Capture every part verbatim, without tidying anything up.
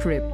Roadtrip.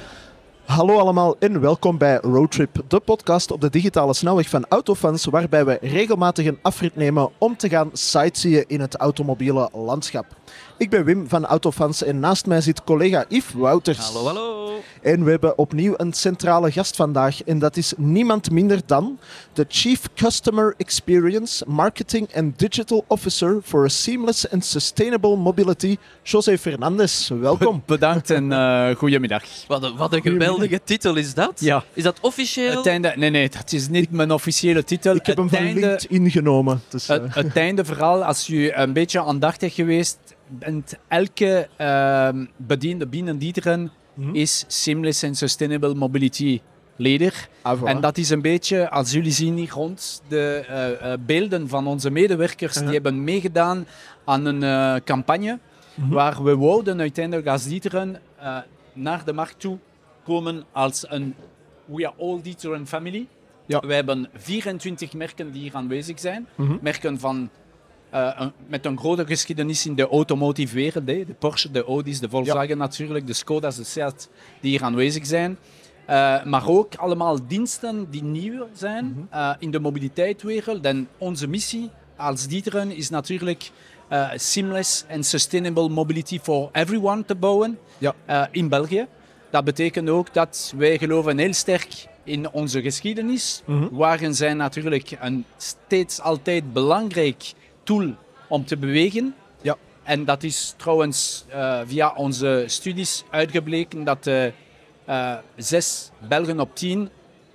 Hallo allemaal en welkom bij Roadtrip, de podcast op de digitale snelweg van Autofans, waarbij we regelmatig een afrit nemen om te gaan sightseeën in het automobiele landschap. Ik ben Wim van Autofans en naast mij zit collega Yves Wouters. Hallo, hallo. En we hebben opnieuw een centrale gast vandaag en dat is niemand minder dan de Chief Customer Experience, Marketing and Digital Officer for a Seamless and Sustainable Mobility, José Fernandez. Welkom. Bedankt en uh, goedemiddag. Wat een, wat een geweldige titel is dat. Ja. Is dat officieel? Het einde, nee, nee, dat is niet mijn officiële titel. Ik heb hem het van einde, LinkedIn genomen. Dus, uh. het, het einde vooral, als je een beetje aandachtig geweest bent, elke uh, bediende binnen D'Ieteren mm-hmm. is Seamless and Sustainable Mobility Leader. Ah, voilà. En dat is een beetje, als jullie zien hier rond, de uh, uh, beelden van onze medewerkers uh-huh. die hebben meegedaan aan een uh, campagne mm-hmm. waar we wouden uiteindelijk als D'Ieteren uh, naar de markt toe komen als een We are all D'Ieteren family. Ja. We hebben vierentwintig merken die hier aanwezig zijn. Mm-hmm. Merken van, uh, een, met een grote geschiedenis in de automotive wereld. Hè. De Porsche, de Audi's, de Volkswagen ja. natuurlijk, de Skoda's, de Seat die hier aanwezig zijn. Uh, maar ook allemaal diensten die nieuw zijn mm-hmm. uh, in de mobiliteitswereld. En onze missie als D'Ieteren is natuurlijk uh, seamless and sustainable mobility for everyone te bouwen ja. uh, in België. Dat betekent ook dat wij geloven heel sterk in onze geschiedenis. Mm-hmm. Wagen zijn natuurlijk een steeds altijd belangrijk tool om te bewegen. Ja. En dat is trouwens uh, via onze studies uitgebleken dat uh, uh, zes Belgen op tien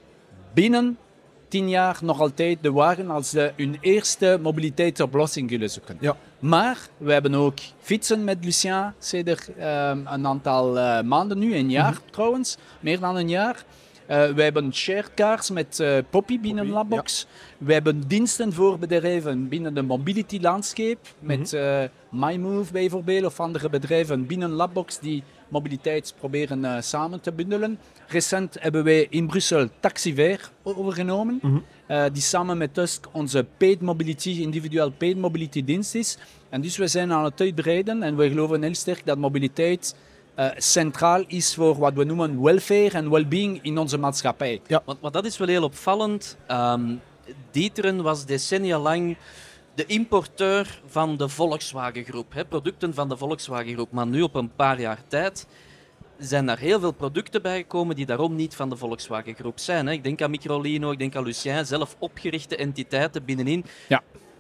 binnen tien jaar nog altijd de wagen als de, hun eerste mobiliteitsoplossing willen zoeken. Ja. Maar we hebben ook fietsen met Lucien sinds uh, een aantal uh, maanden nu, een jaar mm-hmm. trouwens, meer dan een jaar. Uh, we hebben shared cars met uh, Poppy binnen Poppy, Labbox. Ja. We hebben diensten voor bedrijven binnen de mobility landscape mm-hmm. met uh, MyMove bijvoorbeeld of andere bedrijven binnen Labbox die mobiliteit proberen uh, samen te bundelen. Recent hebben wij in Brussel Taxiver overgenomen, mm-hmm. uh, die samen met ons onze paid mobility, individueel paid mobility dienst is. En dus we zijn aan het uitbreiden en we geloven heel sterk dat mobiliteit uh, centraal is voor wat we noemen welfare en well-being in onze maatschappij. Ja. Want, want dat is wel heel opvallend. Um, D'Ieteren was decennia lang de importeur van de Volkswagen Groep, hè, producten van de Volkswagen Groep. Maar nu op een paar jaar tijd zijn er heel veel producten bijgekomen die daarom niet van de Volkswagen Groep zijn. Hè. Ik denk aan Microlino, ik denk aan Lucien, zelf opgerichte entiteiten binnenin. Ja.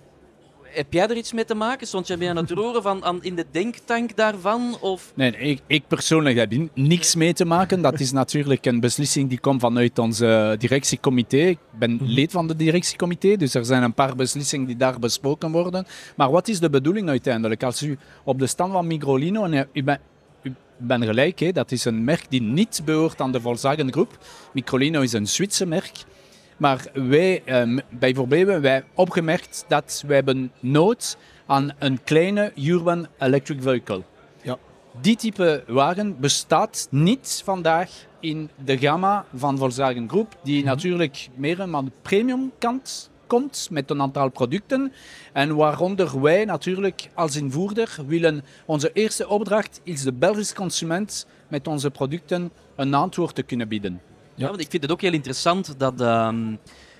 Heb jij er iets mee te maken? Stond jij mee aan het roeren van, aan, in de denktank daarvan? Of? Nee, ik, ik persoonlijk heb hier niks mee te maken. Dat is natuurlijk een beslissing die komt vanuit ons directiecomité. Ik ben mm-hmm. lid van het directiecomité, dus er zijn een paar beslissingen die daar besproken worden. Maar wat is de bedoeling uiteindelijk? Als u op de stand van Microlino, en u bent Ik ben gelijk, hè. Dat is een merk die niet behoort aan de Volkswagen Groep. Microlino is een Zwitser merk. Maar wij, eh, bijvoorbeeld, wij hebben opgemerkt dat wij hebben nood aan een kleine urban electric vehicle. Ja. Die type wagen bestaat niet vandaag in de gamma van Volkswagen Groep, die mm-hmm. natuurlijk meer aan de premium kant komt met een aantal producten. En waaronder wij natuurlijk als invoerder willen, onze eerste opdracht is de Belgische consument met onze producten een antwoord te kunnen bieden. Ja, want ik vind het ook heel interessant dat um,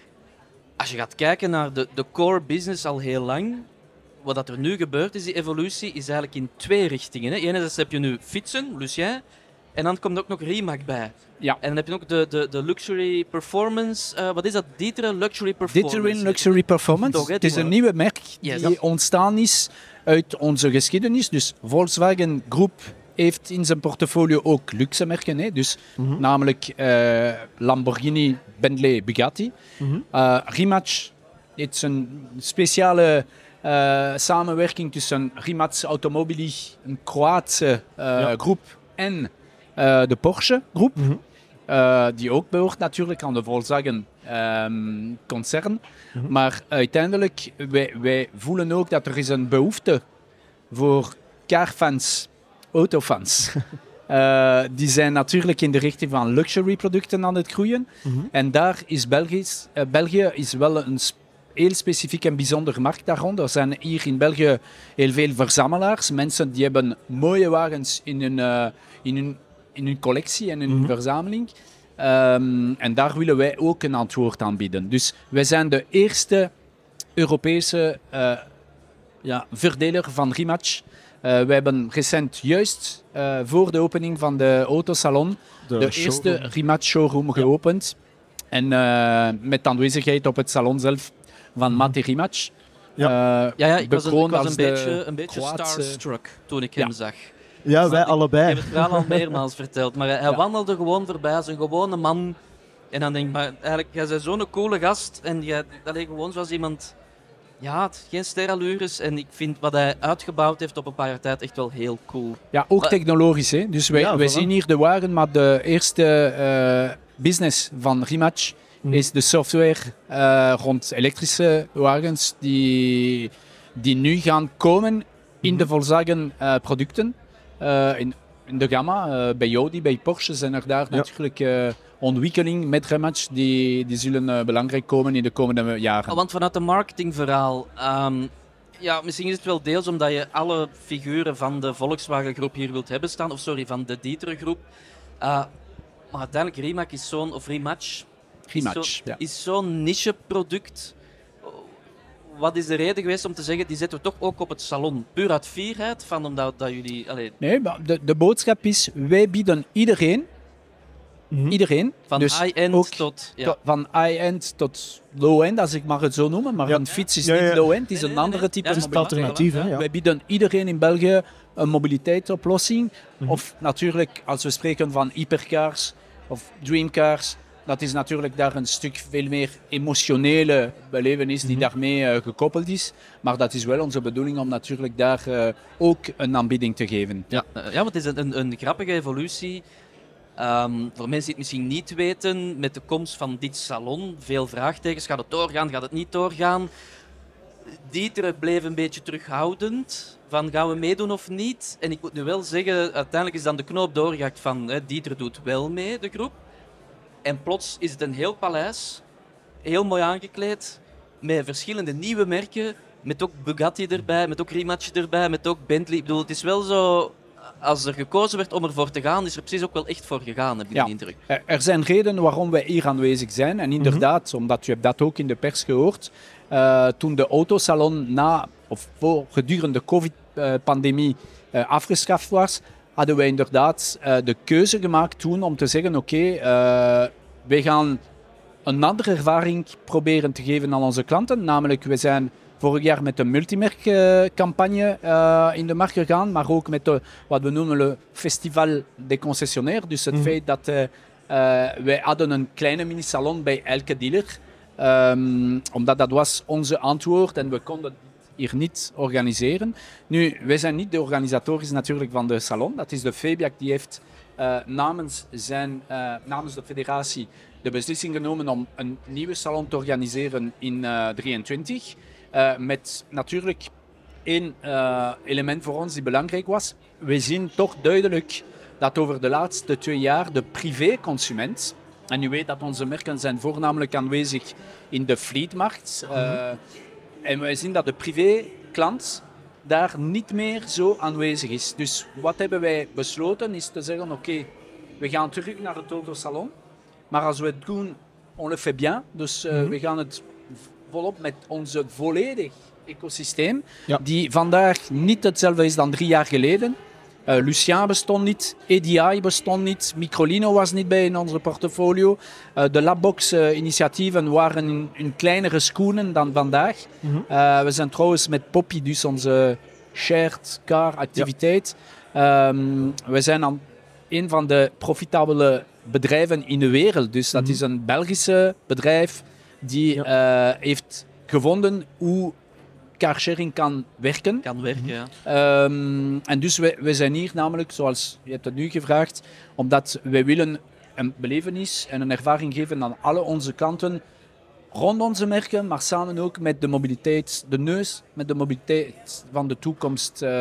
als je gaat kijken naar de, de core business al heel lang, wat dat er nu gebeurt is, die evolutie is eigenlijk in twee richtingen. Hè. Enerzijds heb je nu fietsen, Lucien, en dan komt er ook nog Rimac bij. Ja. En dan heb je ook de, de, de luxury performance. Uh, wat is dat? D'Ieteren Luxury Performance. D'Ieteren Luxury Performance. Toch, het is een nieuwe merk yes. die ontstaan is uit onze geschiedenis. Dus Volkswagen Groep heeft in zijn portfolio ook luxe merken. Hè? Dus mm-hmm. namelijk uh, Lamborghini, Bentley, Bugatti. Mm-hmm. Uh, Rimac is een speciale uh, samenwerking tussen Rimac Automobili, een Kroatische uh, ja. groep, en uh, de Porsche groep. Mm-hmm. Uh, die ook behoort natuurlijk aan de Volkswagen um, concern. Mm-hmm. Maar uiteindelijk, wij, wij voelen ook dat er is een behoefte voor carfans, autofans. uh, die zijn natuurlijk in de richting van luxury producten aan het groeien. Mm-hmm. En daar is Belgisch, uh, België is wel een sp- heel specifiek en bijzonder markt daaronder. Er zijn hier in België heel veel verzamelaars. Mensen die hebben mooie wagens in hun, uh, in hun in hun collectie en in Mhm. hun verzameling. Um, en daar willen wij ook een antwoord aan bieden. Dus wij zijn de eerste Europese uh, ja, verdeler van Rematch. Uh, wij hebben recent, juist uh, voor de opening van de Autosalon, de, de eerste Rematch showroom ja. geopend. En uh, met aanwezigheid op het salon zelf van mm. Mate Rematch. Ja, uh, ja, ja ik was een, ik was een beetje, een beetje Kroatische... starstruck toen ik hem ja. zag. Ja, wij allebei. Ik heb het verhaal al meermaals verteld, maar hij ja. wandelde gewoon voorbij als een gewone man. En dan denk ik, maar eigenlijk, jij bent zo'n coole gast en jij, dat is gewoon zoals iemand... Ja, het, geen sterallures en ik vind wat hij uitgebouwd heeft op een paar jaar tijd echt wel heel cool. Ja, ook technologisch. Hè? Dus wij, ja, wij zien hier de wagen, maar de eerste uh, business van Rematch mm. is de software uh, rond elektrische wagens die, die nu gaan komen in mm. de Volkswagen uh, producten. Uh, in, in de gamma, uh, bij Audi, bij Porsche zijn er daar ja. natuurlijk uh, ontwikkelingen met Rematch die, die zullen uh, belangrijk komen in de komende jaren. Oh, want vanuit het marketingverhaal, um, ja, misschien is het wel deels omdat je alle figuren van de Volkswagen groep hier wilt hebben staan, of sorry, van de D'Ieteren groep. Uh, maar uiteindelijk Rimac is zo'n, of Rematch, Rematch, is, zo, ja. is zo'n niche product. Wat is de reden geweest om te zeggen, die zetten we toch ook op het salon? Puur uit fierheid, van omdat dat jullie... Allee... Nee, maar de, de boodschap is, wij bieden iedereen, mm-hmm. iedereen... Van dus high-end tot... Ja. To, van high-end tot low-end, als ik mag het zo noemen. Maar ja. een fiets is ja, ja. niet low-end, het is nee, een nee, andere nee. type ja, mobiliteit. alternatief. Hè, ja. Wij bieden iedereen in België een mobiliteitsoplossing. Mm-hmm. Of natuurlijk, als we spreken van hypercars of dreamcars... Dat is natuurlijk daar een stuk veel meer emotionele belevenis die mm-hmm. daarmee uh, gekoppeld is. Maar dat is wel onze bedoeling om natuurlijk daar uh, ook een aanbieding te geven. Ja, uh, ja want het is een, een, een grappige evolutie. Um, voor mensen die het misschien niet weten, met de komst van dit salon, veel vraagtekens. Gaat het doorgaan, gaat het niet doorgaan? D'Ieteren bleef een beetje terughoudend. Van gaan we meedoen of niet? En ik moet nu wel zeggen, uiteindelijk is dan de knoop doorgehakt van hè, D'Ieteren doet wel mee, de groep. En plots is het een heel paleis, heel mooi aangekleed, met verschillende nieuwe merken, met ook Bugatti erbij, met ook Rimac erbij, met ook Bentley. Ik bedoel, het is wel zo, als er gekozen werd om ervoor te gaan, is er precies ook wel echt voor gegaan, heb ik ja. de indruk. Er zijn redenen waarom wij hier aanwezig zijn. En inderdaad, mm-hmm. omdat je hebt dat ook in de pers gehoord, uh, toen de autosalon na, of voor, gedurende de covid-pandemie uh, afgeschaft was, hadden wij inderdaad uh, de keuze gemaakt toen om te zeggen, oké, okay, uh, wij gaan een andere ervaring proberen te geven aan onze klanten. Namelijk, we zijn vorig jaar met de multimerkcampagne uh, in de markt gegaan, maar ook met de, wat we noemen le Festival des Concessionnaires. Dus het mm. feit dat uh, uh, wij hadden een kleine mini-salon bij elke dealer. Um, omdat dat was onze antwoord en we konden hier niet organiseren. Nu, wij zijn niet de organisatoren natuurlijk van de salon. Dat is de FEBIAC, die heeft uh, namens, zijn, uh, namens de federatie de beslissing genomen om een nieuwe salon te organiseren in uh, drieëntwintig. Uh, met natuurlijk één uh, element voor ons die belangrijk was. We zien toch duidelijk dat over de laatste twee jaar de privéconsument, en u weet dat onze merken zijn voornamelijk aanwezig in de fleetmarkt, uh, en wij zien dat de privé-klant daar niet meer zo aanwezig is. Dus wat hebben wij besloten is te zeggen, oké, okay, we gaan terug naar het autosalon. Maar als we het doen, on le fait bien. Dus uh, mm-hmm. we gaan het volop met onze volledig ecosysteem, ja. die vandaag niet hetzelfde is dan drie jaar geleden. Uh, Lucien bestond niet, A D I bestond niet, Microlino was niet bij in onze portfolio. Uh, de Labbox-initiatieven uh, waren in, in kleinere schoenen dan vandaag. Mm-hmm. Uh, we zijn trouwens met Poppy, dus onze shared car activiteit. Ja. Um, we zijn aan een van de profitabele bedrijven in de wereld. Dus dat mm-hmm. is een Belgische bedrijf die ja. uh, heeft gevonden hoe carsharing kan werken. Kan werken, ja. Um, en dus wij, wij zijn hier namelijk, zoals je hebt het nu gevraagd, omdat wij willen een belevenis en een ervaring geven aan alle onze klanten rond onze merken, maar samen ook met de mobiliteit, de neus met de mobiliteit van de toekomst uh,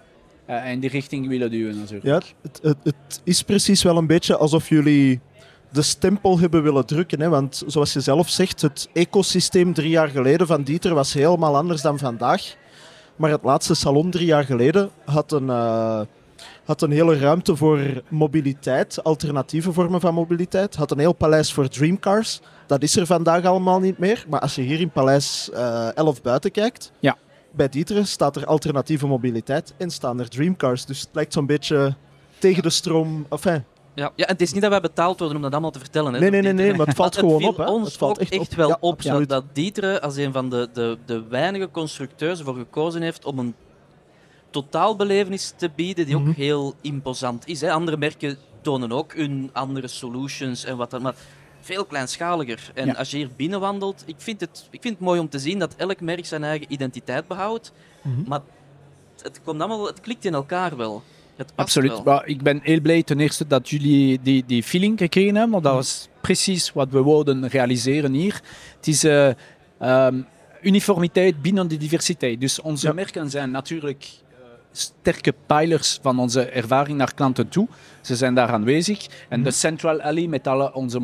uh, in die richting willen duwen natuurlijk. Ja, het, het, het is precies wel een beetje alsof jullie de stempel hebben willen drukken. Hè? Want zoals je zelf zegt, het ecosysteem drie jaar geleden van D'Ieteren was helemaal anders dan vandaag. Maar het laatste salon drie jaar geleden had een, uh, Had een hele ruimte voor mobiliteit, alternatieve vormen van mobiliteit. Had een heel paleis voor dreamcars. Dat is er vandaag allemaal niet meer. Maar als je hier in Paleis uh, elf buiten kijkt, Ja. bij Dieteren staat er alternatieve mobiliteit en staan er dreamcars. Dus het lijkt zo'n beetje tegen de stroom. Enfin, Ja, ja, en het is niet dat wij betaald worden om dat allemaal te vertellen. Hè, nee, nee, door nee, nee, Dieteren. maar het valt Maar gewoon viel op. Hè. ons Het valt ook echt, echt op. wel Ja, op absoluut. dat, dat Dieteren als een van de, de, de weinige constructeurs ervoor gekozen heeft om een totaalbelevenis te bieden die ook Mhm. heel imposant is. Hè. Andere merken tonen ook hun andere solutions en wat dan, maar veel kleinschaliger. En Ja. als je hier binnenwandelt, ik vind, het, ik vind het mooi om te zien dat elk merk zijn eigen identiteit behoudt, Mhm. maar het, het, komt allemaal, het klikt in elkaar wel. Het past Absoluut. wel. Maar ik ben heel blij ten eerste dat jullie die, die feeling gekregen hebben, want dat was precies wat we wilden realiseren hier. Het is uh, um, uniformiteit binnen de diversiteit. Dus onze Ja. merken merken zijn natuurlijk uh, sterke pijlers van onze ervaring naar klanten toe. Ze zijn daar aanwezig. En Mhm. de Central Alley met alle onze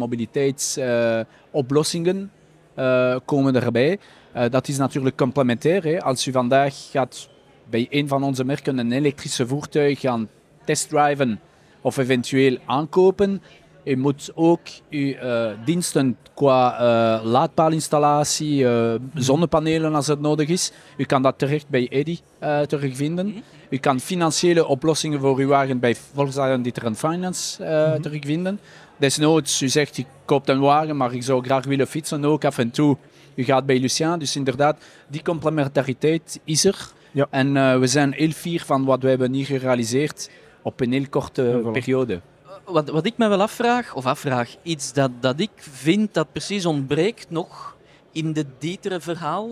mobiliteitsoplossingen uh, uh, komen erbij. Uh, dat is natuurlijk complementair. Hè. Als u vandaag gaat bij een van onze merken een elektrische voertuig gaan testdriven of eventueel aankopen. U moet ook uw uh, diensten qua uh, laadpaalinstallatie, uh, zonnepanelen als het nodig is. U kan dat terecht bij Eddy uh, terugvinden. U kan financiële oplossingen voor uw wagen bij Volkswagen D'Ieteren Finance uh, mm-hmm. terugvinden. Desnoods, u zegt, je koopt een wagen, maar ik zou graag willen fietsen ook af en toe. U gaat bij Lucien, dus inderdaad, die complementariteit is er. Ja. En uh, we zijn heel fier van wat we hebben hier gerealiseerd op een heel korte Ja, voilà. periode. Wat, wat ik me wel afvraag, of afvraag, iets dat, dat ik vind dat precies ontbreekt nog in het Dieteren verhaal.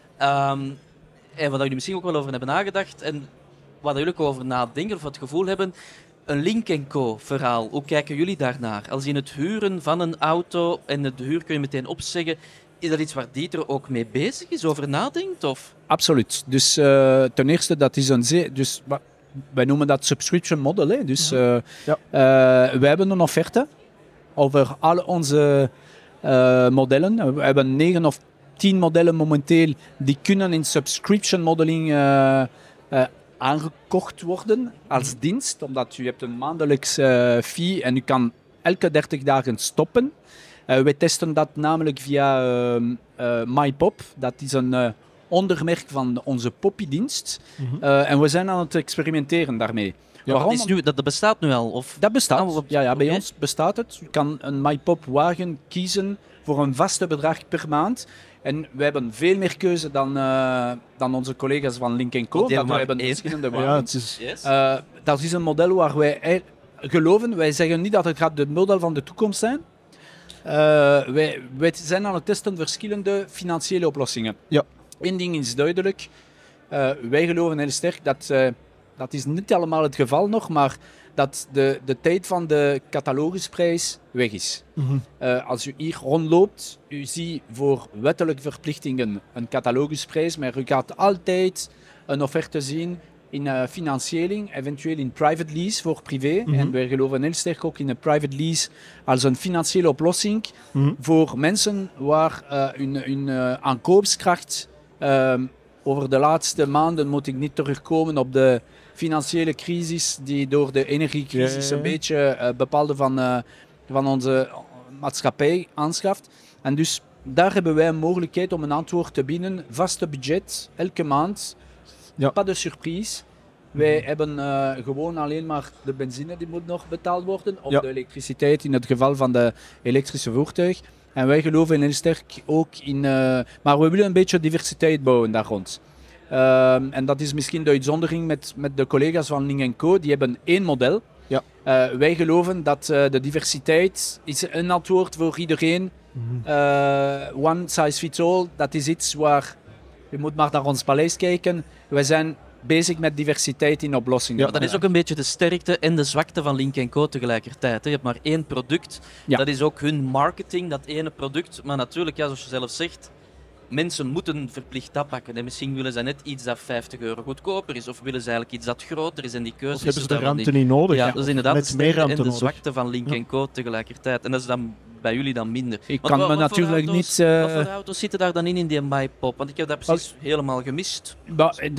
Um, en waar jullie misschien ook wel over hebben nagedacht en waar jullie ook over nadenken of het gevoel hebben. Een Lynk en Co verhaal, hoe kijken jullie daarnaar? Als in het huren van een auto en de huur kun je meteen opzeggen, is dat iets waar Dieteren ook mee bezig is, over nadenkt? Of? Absoluut. Dus uh, ten eerste, dat is een zeer... Dus, wij noemen dat subscription model. Hè? Dus uh, ja. uh, wij hebben een offerte over al onze uh, modellen. We hebben negen of tien modellen momenteel die kunnen in subscription modeling uh, uh, aangekocht worden als dienst. Omdat u hebt een maandelijks uh, fee en u kan elke dertig dagen stoppen. Uh, wij testen dat namelijk via uh, uh, MyPop. Dat is een... Uh, ondermerk van onze Poppy-dienst. Mm-hmm. Uh, en we zijn aan het experimenteren daarmee. Ja, Waarom? Dat, is nu, dat, dat bestaat nu al? Of? Dat bestaat. Oh, op, ja, ja, bij okay. ons bestaat het. Je kan een MyPop-wagen kiezen voor een vaste bedrag per maand. En we hebben veel meer keuze dan, uh, dan onze collega's van Lynk en Co. Dat we hebben één. verschillende wagens. Ja, is... yes. uh, dat is een model waar wij geloven. Wij zeggen niet dat het gaat het model van de toekomst zijn. Uh, wij, wij zijn aan het testen verschillende financiële oplossingen. Ja. Eén ding is duidelijk. Uh, wij geloven heel sterk dat, uh, dat is niet allemaal het geval nog, maar dat de, de tijd van de catalogusprijs weg is. Mm-hmm. Uh, als u hier rondloopt, u ziet voor wettelijke verplichtingen een catalogusprijs, maar u gaat altijd een offerte zien in uh, financiering, eventueel in private lease voor privé. Mm-hmm. En wij geloven heel sterk ook in een private lease als een financiële oplossing mm-hmm. voor mensen waar uh, hun, hun uh, aankoopskracht... Um, over de laatste maanden moet ik niet terugkomen op de financiële crisis die door de energiecrisis ja, ja, ja. een beetje uh, bepaalde van, uh, van onze maatschappij aanschaft. En dus daar hebben wij een mogelijkheid om een antwoord te bieden. Vaste budget, elke maand. Ja. Pas de surprise. Wij mm-hmm. hebben uh, gewoon alleen maar de benzine die moet nog betaald worden. Of ja. de elektriciteit in het geval van de elektrische voertuig. En wij geloven heel sterk ook in... Uh, maar we willen een beetje diversiteit bouwen daar rond. Uh, en dat is misschien de uitzondering met, met de collega's van Lynk en Co. Die hebben één model. Ja. Uh, wij geloven dat uh, de diversiteit is een antwoord voor iedereen. Mm-hmm. Uh, one size fits all. Dat is iets waar... Je moet maar naar ons paleis kijken. Wij zijn... bezig met diversiteit in oplossingen. Ja, dat is ook een beetje de sterkte en de zwakte van Lynk en Co tegelijkertijd. Je hebt maar één product. Ja. Dat is ook hun marketing, dat ene product. Maar natuurlijk, ja, zoals je zelf zegt, mensen moeten verplicht dat pakken. En misschien willen ze net iets dat vijftig euro goedkoper is. Of willen ze eigenlijk iets dat groter is en die keuze of hebben is ze de ruimte niet nodig. Ja, dat is inderdaad de sterkte en de nodig. zwakte van Lynk en Co tegelijkertijd. En dat is dan bij jullie dan minder. Ik Want kan wat, me wat natuurlijk auto's, niet... Uh... Wat voor auto's zitten daar dan in, in die MyPop? Want ik heb dat precies oh. helemaal gemist. But, dat,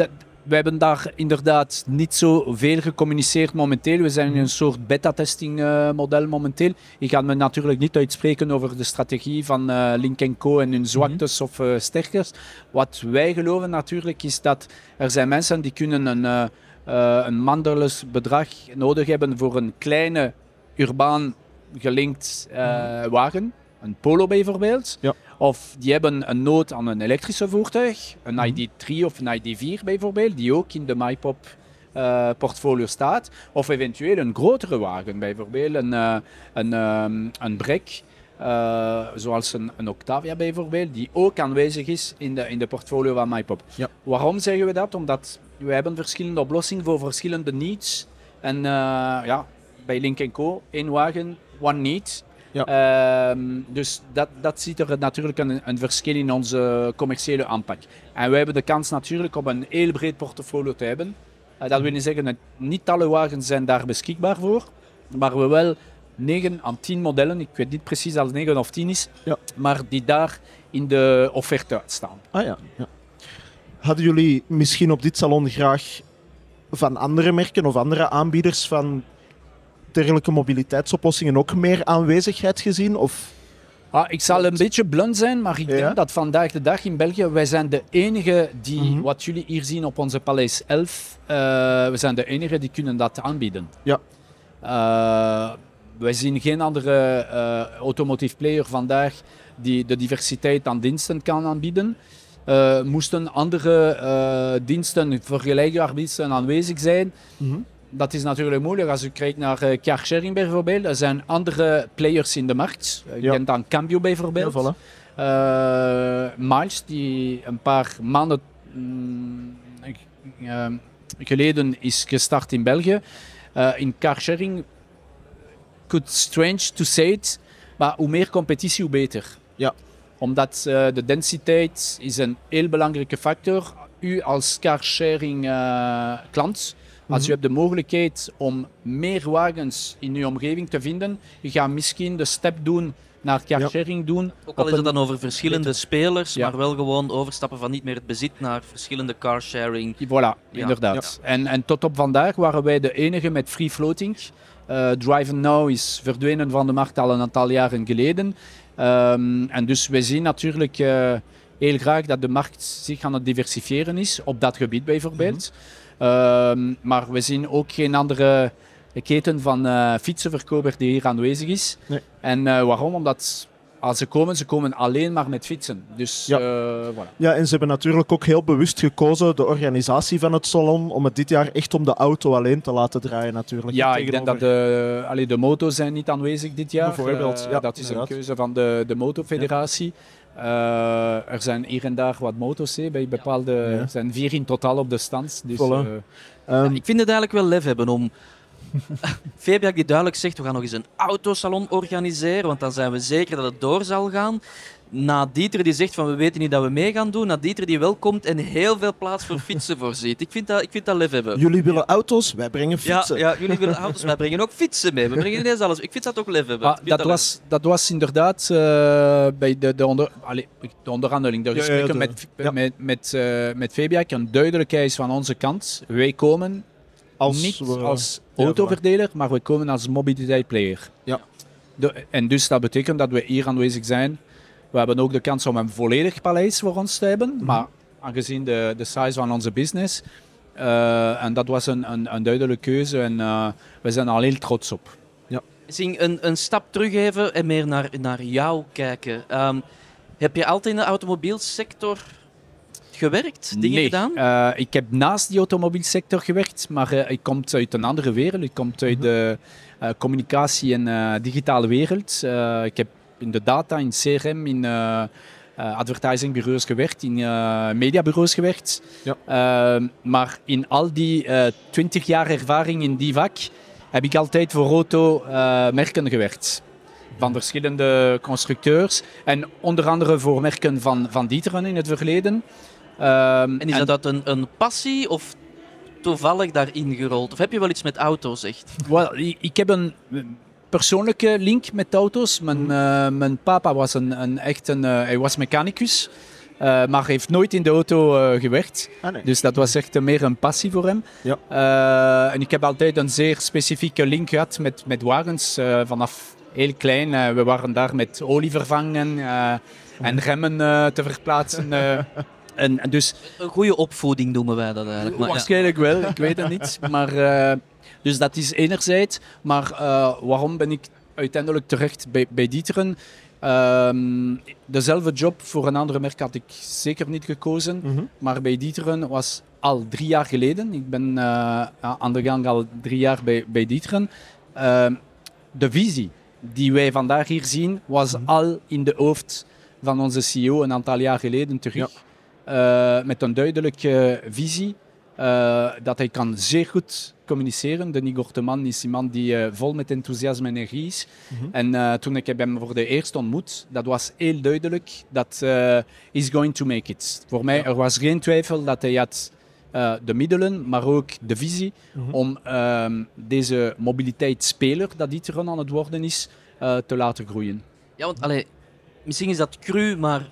we hebben daar inderdaad niet zoveel gecommuniceerd momenteel. We zijn in een soort beta-testing uh, model momenteel. Ik ga me natuurlijk niet uitspreken over de strategie van uh, Lynk en Co en hun zwaktes mm-hmm. of uh, sterktes. Wat wij geloven natuurlijk is dat er zijn mensen die kunnen een, uh, uh, een maandelijks bedrag nodig hebben voor een kleine urbaan gelinkt uh, mm-hmm. wagen. Een Polo bijvoorbeeld. Ja. Of die hebben een nood aan een elektrische voertuig, een I D drie of een I D vier bijvoorbeeld, die ook in de MyPop uh, portfolio staat. Of eventueel een grotere wagen, bijvoorbeeld een, uh, een, um, een Break, uh, zoals een, een Octavia bijvoorbeeld, die ook aanwezig is in de, in de portfolio van MyPop. Ja. Waarom zeggen we dat? Omdat we hebben verschillende oplossingen voor verschillende needs. En uh, ja, bij Lynk en Co, één wagen, one need. Ja. Um, dus dat, dat ziet er natuurlijk een, een verschil in onze commerciële aanpak. En wij hebben de kans natuurlijk om een heel breed portfolio te hebben. Uh, dat wil niet zeggen dat niet alle wagens zijn daar beschikbaar voor, maar we wel negen à tien modellen, ik weet niet precies als het negen of tien is, ja. maar die daar in de offerte uitstaan. Ah ja, ja. Hadden jullie misschien op dit salon graag van andere merken of andere aanbieders van dergelijke mobiliteitsoplossingen ook meer aanwezigheid gezien? Of? Ah, ik zal een beetje blunt zijn, maar ik ja. denk dat vandaag de dag in België, wij zijn de enige die, mm-hmm. wat jullie hier zien op onze Paleis elf, uh, we zijn de enige die kunnen dat aanbieden. Ja. Uh, wij zien geen andere uh, automotive player vandaag die de diversiteit aan diensten kan aanbieden. Uh, moesten andere uh, diensten, vergelijkbare diensten aanwezig zijn, mm-hmm. Dat is natuurlijk moeilijk als u kijkt naar uh, carsharing bijvoorbeeld. Er zijn andere players in de markt. Je ja. kent dan Cambio bijvoorbeeld. Ja, voilà. uh, Miles, die een paar maanden mm, uh, geleden is gestart in België. Uh, in carsharing, could strange to say it, maar hoe meer competitie, hoe beter. Ja. Omdat uh, de densiteit is een heel belangrijke factor. U als carsharing uh, klant, als je hebt de mogelijkheid om meer wagens in je omgeving te vinden, je gaat misschien de step doen naar carsharing ja. doen. Ook al is het dan over verschillende beter. spelers, ja. maar wel gewoon overstappen van niet meer het bezit naar verschillende carsharing. Voilà, ja. inderdaad. Ja. En, en tot op vandaag waren wij de enige met free floating. Uh, Drive Now is verdwenen van de markt al een aantal jaren geleden. Um, en dus wij zien natuurlijk uh, heel graag dat de markt zich aan het diversifiëren is, op dat gebied bijvoorbeeld. Mm-hmm. Uh, maar we zien ook geen andere keten van uh, fietsenverkoper die hier aanwezig is. Nee. En uh, waarom? Omdat als ze komen, ze komen alleen maar met fietsen. Dus, ja. Uh, voilà. ja, en ze hebben natuurlijk ook heel bewust gekozen, de organisatie van het salon, om het dit jaar echt om de auto alleen te laten draaien natuurlijk. Ja, ik denk dat de, allee, de moto's zijn niet aanwezig dit jaar. Bijvoorbeeld. Uh, ja, dat is inderdaad. Een keuze van de, de Motofederatie. Ja. Uh, er zijn hier en daar wat moto's, he, bij bepaalde, ja. er zijn vier in totaal op de stand. Dus, uh, um, ja, ik vind het eigenlijk wel lef hebben om Febiak die duidelijk zegt, we gaan nog eens een autosalon organiseren, want dan zijn we zeker dat het door zal gaan. Na Dieter die zegt van we weten niet dat we mee gaan doen, na Dieter die wel komt en heel veel plaats voor fietsen voorziet. Ik vind dat, ik vind dat lef hebben. Jullie willen ja. auto's, wij brengen fietsen. Ja, ja, jullie willen auto's, wij brengen ook fietsen mee. We brengen ineens alles. Ik vind dat ook lef hebben. Ah, dat, dat, was, dat was inderdaad uh, bij de, de, onder, allez, de onderhandeling, de gesprekken ja, ja, de, met, ja. met, met, uh, met Febiak, een duidelijkheid van onze kant. Wij komen als, niet we, als autoverdeler, maar we komen als mobiliteitsplayer. Ja. De, en dus dat betekent dat we hier aanwezig zijn. We hebben ook de kans om een volledig paleis voor ons te hebben, mm-hmm. maar aangezien de, de size van onze business, uh, en dat was een, een, een duidelijke keuze en uh, we zijn al heel trots op. Ja. Zing, een, een stap terug even en meer naar, naar jou kijken. Um, heb je altijd in de automobielsector gewerkt, dingen nee, gedaan? Uh, ik heb naast die automobielsector gewerkt, maar uh, ik kom uit een andere wereld. Ik kom uit mm-hmm. de uh, communicatie- en uh, digitale wereld. Uh, ik heb in de data, in C R M, in uh, uh, advertisingbureaus gewerkt, in uh, mediabureaus gewerkt. Ja. Uh, maar in al die uh, twintig jaar ervaring in die vak heb ik altijd voor automerken uh, gewerkt. Van verschillende constructeurs en onder andere voor merken van, van D'Ieteren in het verleden. Uh, en is en dat een, een passie of toevallig daarin gerold? Of heb je wel iets met auto's echt? Well, ik, ik heb een persoonlijke link met auto's. Mijn, uh, mijn papa was een, een echt een, uh, hij was mechanicus. Uh, Uh, maar heeft nooit in de auto uh, gewerkt. Ah, nee. Dus dat was echt meer een passie voor hem. Ja. Uh, en ik heb altijd een zeer specifieke link gehad met, met wagens. Uh, vanaf heel klein. Uh, we waren daar met olie vervangen uh, en remmen uh, te verplaatsen. Uh, en, en dus, een goede opvoeding noemen wij dat eigenlijk. Maar, waarschijnlijk ja. wel, ik weet het niet. Maar, uh, dus dat is enerzijds. Maar uh, waarom ben ik uiteindelijk terecht bij, bij D'Ieteren? Um, dezelfde job voor een andere merk had ik zeker niet gekozen. Mm-hmm. Maar bij D'Ieteren was al drie jaar geleden. Ik ben uh, aan de gang al drie jaar bij, bij D'Ieteren. Uh, de visie die wij vandaag hier zien, was mm-hmm. al in de hoofd van onze C E O een aantal jaar geleden terug. Ja. Uh, met een duidelijke visie. Uh, dat hij kan zeer goed communiceren. Denis Gorteman is iemand die uh, vol met enthousiasme en energie is. Mm-hmm. En uh, toen ik hem voor de eerst ontmoet, dat was heel duidelijk dat uh, he's going to make it. Voor mij, ja. er was geen twijfel dat hij had uh, de middelen, maar ook de visie mm-hmm. om uh, deze mobiliteitsspeler dat D'Ieteren aan het worden is, uh, te laten groeien. Ja, want allee, misschien is dat cru, maar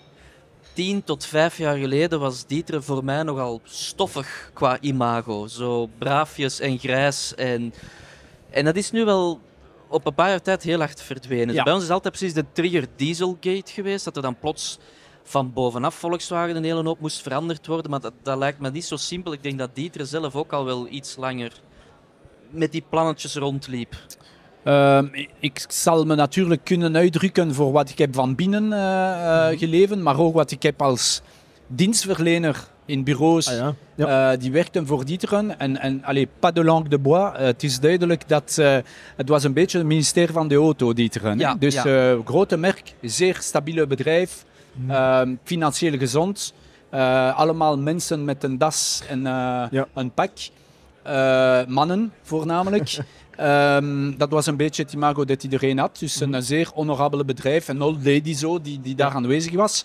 tien tot vijf jaar geleden was D'Ieteren voor mij nogal stoffig qua imago. Zo braafjes en grijs. En, en dat is nu wel op een paar jaar tijd heel hard verdwenen. Ja. Bij ons is altijd precies de trigger Dieselgate geweest. Dat er dan plots van bovenaf Volkswagen een hele hoop moest veranderd worden. Maar dat, dat lijkt me niet zo simpel. Ik denk dat D'Ieteren zelf ook al wel iets langer met die plannetjes rondliep. Uh, ik zal me natuurlijk kunnen uitdrukken voor wat ik heb van binnen uh, uh, geleven, maar ook wat ik heb als dienstverlener in bureaus ah, ja. Ja. Uh, die werkten voor D'Ieteren. En, en allez, pas de langue de bois. Uh, het is duidelijk dat uh, het was een beetje het ministerie van de auto, D'Ieteren. Ja, dus ja. Uh, grote merk, zeer stabiele bedrijf, mm. uh, financieel gezond. Uh, allemaal mensen met een das en uh, ja. een pak. Uh, mannen voornamelijk. Um, dat was een beetje het imago dat iedereen had. Dus een, een zeer honorabele bedrijf. Een old lady zo, die, die daar aanwezig was.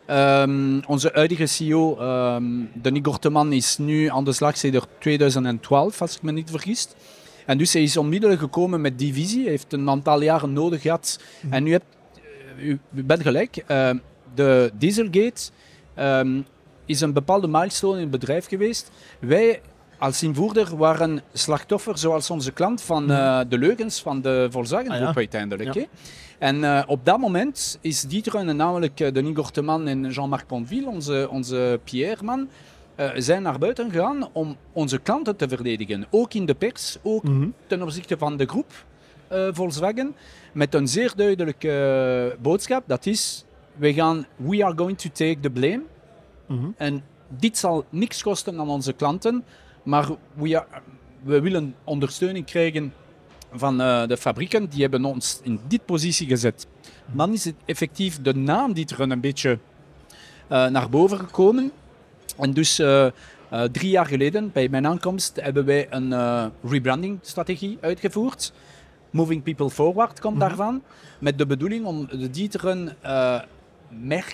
Um, onze huidige C E O, um, Denis Gorteman, is nu aan de slag sinds twintig twaalf, als ik me niet vergis. En dus hij is onmiddellijk gekomen met die visie. Hij heeft een aantal jaren nodig gehad. Mm. En u, hebt, u, u bent gelijk. Uh, de Dieselgate um, is een bepaalde milestone in het bedrijf geweest. Wij als invoerder waren slachtoffer, zoals onze klant, van uh, de leugens van de Volkswagen-groep ah, ja. uiteindelijk. Ja. En uh, op dat moment is D'Ieteren, namelijk uh, Denis Gorteman en Jean-Marc Pontville, onze, onze P R-man, uh, zijn naar buiten gegaan om onze klanten te verdedigen. Ook in de pers, ook mm-hmm. ten opzichte van de groep uh, Volkswagen, met een zeer duidelijke uh, boodschap. Dat is, we gaan, we are going to take the blame. Mm-hmm. En dit zal niks kosten aan onze klanten. Maar we, are, we willen ondersteuning krijgen van uh, de fabrieken. Die hebben ons in dit positie gezet. Dan is het effectief de naam die er een beetje uh, naar boven gekomen. En dus uh, uh, drie jaar geleden, bij mijn aankomst, hebben wij een uh, rebranding-strategie uitgevoerd. Moving People Forward komt mm-hmm. daarvan. Met de bedoeling om de D'Ieteren uh, merk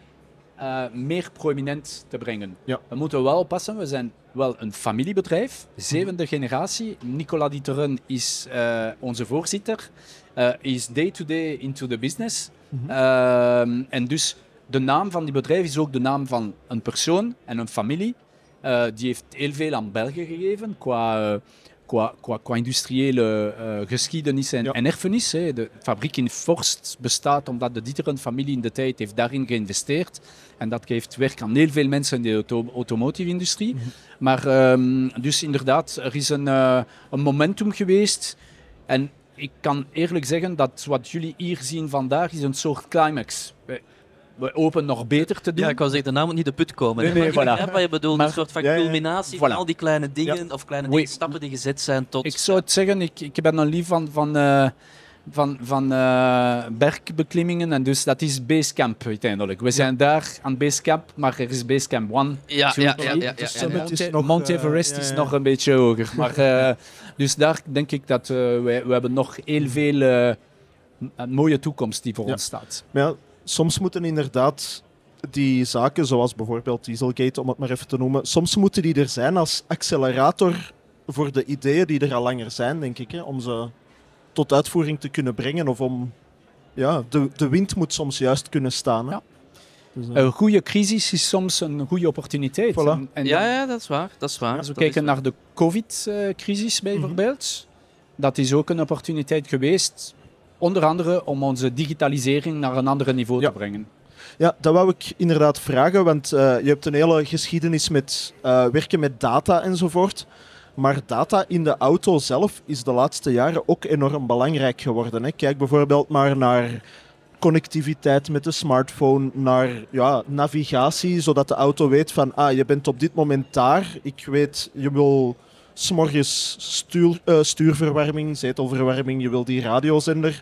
uh, meer prominent te brengen. Ja. We moeten wel oppassen, we zijn wel een familiebedrijf, zevende generatie. Nicolas D'Ieteren is uh, onze voorzitter, uh, is day-to-day into the business. Mm-hmm. Uh, en dus de naam van die bedrijf is ook de naam van een persoon en een familie. Uh, die heeft heel veel aan België gegeven qua, uh, qua, qua, qua industriële uh, geschiedenis en, ja. en erfenis. Hè. De fabriek in Forst bestaat omdat de D'Ieteren-familie in de tijd heeft daarin geïnvesteerd. En dat geeft werk aan heel veel mensen in de auto- automotive-industrie. Mm-hmm. Maar um, dus inderdaad, er is een, uh, een momentum geweest. En ik kan eerlijk zeggen dat wat jullie hier zien vandaag is een soort climax. We, we hopen nog beter te doen. Ja, ik wou zeggen, de naam moet niet de put komen. Nee, nee, maar voilà. ik begrijp wat je bedoelt, maar, een soort van ja, ja. culminatie Voilà. van al die kleine dingen, ja. of kleine dingen, Oui. stappen die gezet zijn tot... Ik zou het zeggen, ik, ik ben een lief van... van uh, van, van uh, bergbeklimmingen en dus dat is Basecamp uiteindelijk. We zijn ja. daar aan Basecamp, maar er is Basecamp one, ja, two, ja, three. ja, ja, ja, Dus ja, ja. Monte, nog, Mount Everest uh, ja, ja. is nog een beetje hoger. Maar, uh, dus daar denk ik dat uh, wij, we hebben nog heel veel uh, een mooie toekomst die voor ja. ons staat. Maar ja, soms moeten inderdaad die zaken, zoals bijvoorbeeld Dieselgate, om het maar even te noemen, soms moeten die er zijn als accelerator voor de ideeën die er al langer zijn, denk ik, hè, om ze tot uitvoering te kunnen brengen of om... Ja, de, de wind moet soms juist kunnen staan. Hè? Ja. Dus, uh... Een goede crisis is soms een goede opportuniteit. Voilà. En, en Ja, ja, dat is waar. Dat is waar. als we Dat kijken is waar. naar de COVID-crisis bijvoorbeeld, mm-hmm. dat is ook een opportuniteit geweest, onder andere om onze digitalisering naar een ander niveau ja. te brengen. Ja, dat wou ik inderdaad vragen, want uh, je hebt een hele geschiedenis met uh, werken met data enzovoort. Maar data in de auto zelf is de laatste jaren ook enorm belangrijk geworden. Hè. Kijk bijvoorbeeld maar naar connectiviteit met de smartphone, naar ja, navigatie, zodat de auto weet van ah, je bent op dit moment daar. Ik weet, je wil 's morgens stuur, uh, stuurverwarming, zetelverwarming, je wil die radiozender.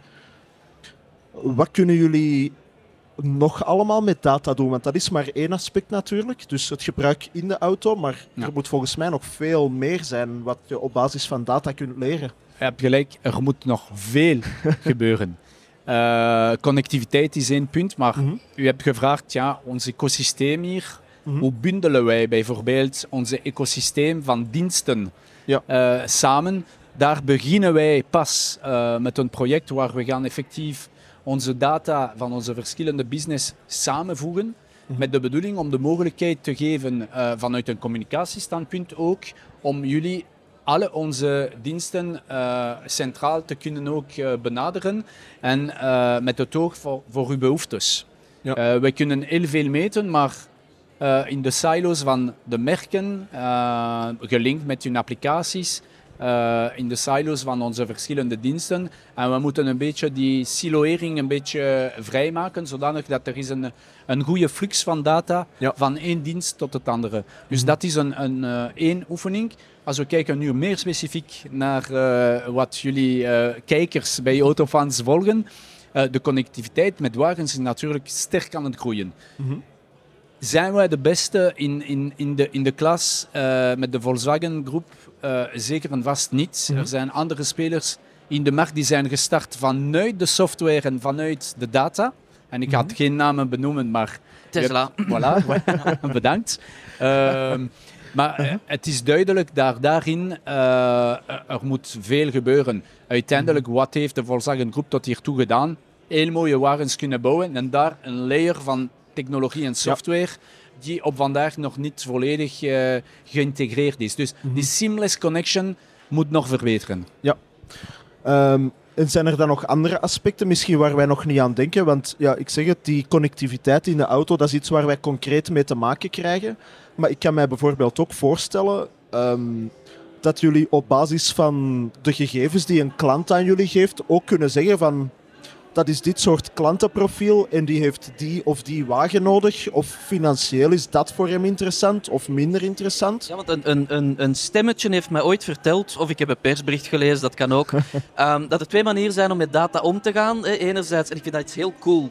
Wat kunnen jullie nog allemaal met data doen? Want dat is maar één aspect natuurlijk. Dus het gebruik in de auto. Maar ja. er moet volgens mij nog veel meer zijn wat je op basis van data kunt leren. Je hebt gelijk, er moet nog veel gebeuren. Uh, connectiviteit is één punt, maar mm-hmm. u hebt gevraagd, ja, ons ecosysteem hier, mm-hmm. hoe bundelen wij bijvoorbeeld ons ecosysteem van diensten ja. uh, samen? Daar beginnen wij pas uh, met een project waar we gaan effectief onze data van onze verschillende business samenvoegen, mm-hmm. met de bedoeling om de mogelijkheid te geven, uh, vanuit een communicatiestandpunt ook, om jullie alle onze diensten uh, centraal te kunnen ook uh, benaderen en uh, met het oog voor, voor uw behoeftes. Ja. Uh, wij kunnen heel veel meten, maar uh, in de silo's van de merken, uh, gelinkt met hun applicaties, Uh, in de silo's van onze verschillende diensten. En we moeten een beetje die siloering een beetje vrijmaken, zodanig dat er is een, een goede flux van data ja. van één dienst tot het andere. Dus mm-hmm. dat is een, een, uh, één oefening. Als we kijken nu meer specifiek naar uh, wat jullie uh, kijkers bij Autofans volgen, uh, de connectiviteit met wagens is natuurlijk sterk aan het groeien. Mm-hmm. Zijn wij de beste in, in, in, de, in de klas uh, met de Volkswagen Groep? Uh, zeker en vast niet. Mm-hmm. Er zijn andere spelers in de markt die zijn gestart vanuit de software en vanuit de data. En ik mm-hmm. had geen namen benoemen, maar... Tesla. Hebt, voilà, bedankt. Uh, maar uh, het is duidelijk dat daarin uh, er moet veel gebeuren. Uiteindelijk, wat heeft de Volkswagen Groep tot hiertoe gedaan? Heel mooie wagens kunnen bouwen en daar een layer van technologie en software ja. die op vandaag nog niet volledig uh, geïntegreerd is. Dus mm-hmm. die seamless connection moet nog verbeteren. Ja. Um, en zijn er dan nog andere aspecten misschien waar wij nog niet aan denken? Want ja, ik zeg het, die connectiviteit in de auto, dat is iets waar wij concreet mee te maken krijgen. Maar ik kan mij bijvoorbeeld ook voorstellen um, dat jullie op basis van de gegevens die een klant aan jullie geeft ook kunnen zeggen van dat is dit soort klantenprofiel en die heeft die of die wagen nodig. Of financieel is dat voor hem interessant of minder interessant. Ja, want een, een, een, een stemmetje heeft mij ooit verteld, of ik heb een persbericht gelezen, dat kan ook, um, dat er twee manieren zijn om met data om te gaan. Hè. Enerzijds, en ik vind dat iets heel cool,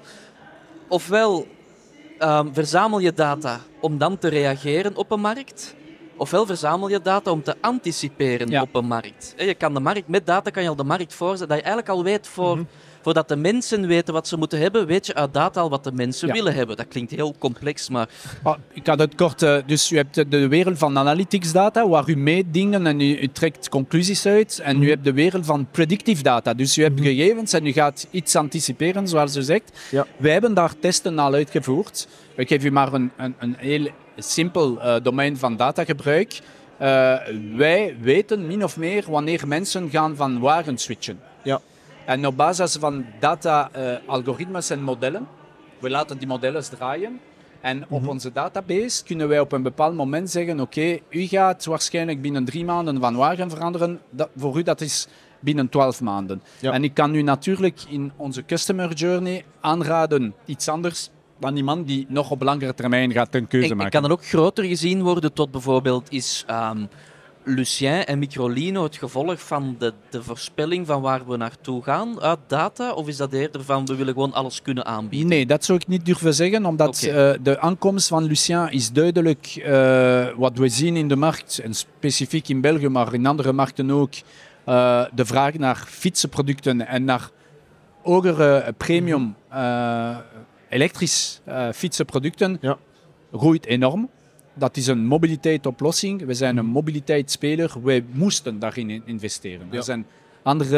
ofwel um, verzamel je data om dan te reageren op een markt, ofwel verzamel je data om te anticiperen ja. op een markt. Hè. Je kan de markt, met data kan je al de markt voorzetten, dat je eigenlijk al weet voor... Mm-hmm. Voordat de mensen weten wat ze moeten hebben, weet je uit data al wat de mensen ja. willen hebben. Dat klinkt heel complex, maar... Oh, ik had het kort. Uh, dus u hebt de wereld van analytics data, waar u meet dingen en u, u trekt conclusies uit. En mm-hmm. u hebt de wereld van predictive data. Dus u hebt mm-hmm. gegevens en u gaat iets anticiperen, zoals u zegt. Ja. Wij hebben daar testen al uitgevoerd. Ik geef u maar een, een, een heel simpel uh, domein van datagebruik. Uh, wij weten min of meer wanneer mensen gaan van wagen switchen. Ja. En op basis van data-algoritmes uh, en modellen, we laten die modellen draaien. En mm-hmm. op onze database kunnen wij op een bepaald moment zeggen, oké, okay, u gaat waarschijnlijk binnen drie maanden van wagen veranderen. Dat, voor u dat is binnen twaalf maanden. Ja. En ik kan u natuurlijk in onze customer journey aanraden iets anders dan iemand die nog op langere termijn gaat een keuze en, maken. Kan er ook groter gezien worden tot bijvoorbeeld is... Um, Lucien en Microlino het gevolg van de, de voorspelling van waar we naartoe gaan uit data? Of is dat eerder van we willen gewoon alles kunnen aanbieden? Nee, dat zou ik niet durven zeggen, omdat okay. uh, de aankomst van Lucien is duidelijk uh, wat we zien in de markt, en specifiek in België, maar in andere markten ook, uh, de vraag naar fietsenproducten en naar hogere premium uh, elektrisch uh, fietsenproducten ja. groeit enorm. Dat is een mobiliteitsoplossing. We zijn een mobiliteitsspeler. Wij moesten daarin investeren. Ja. Er zijn andere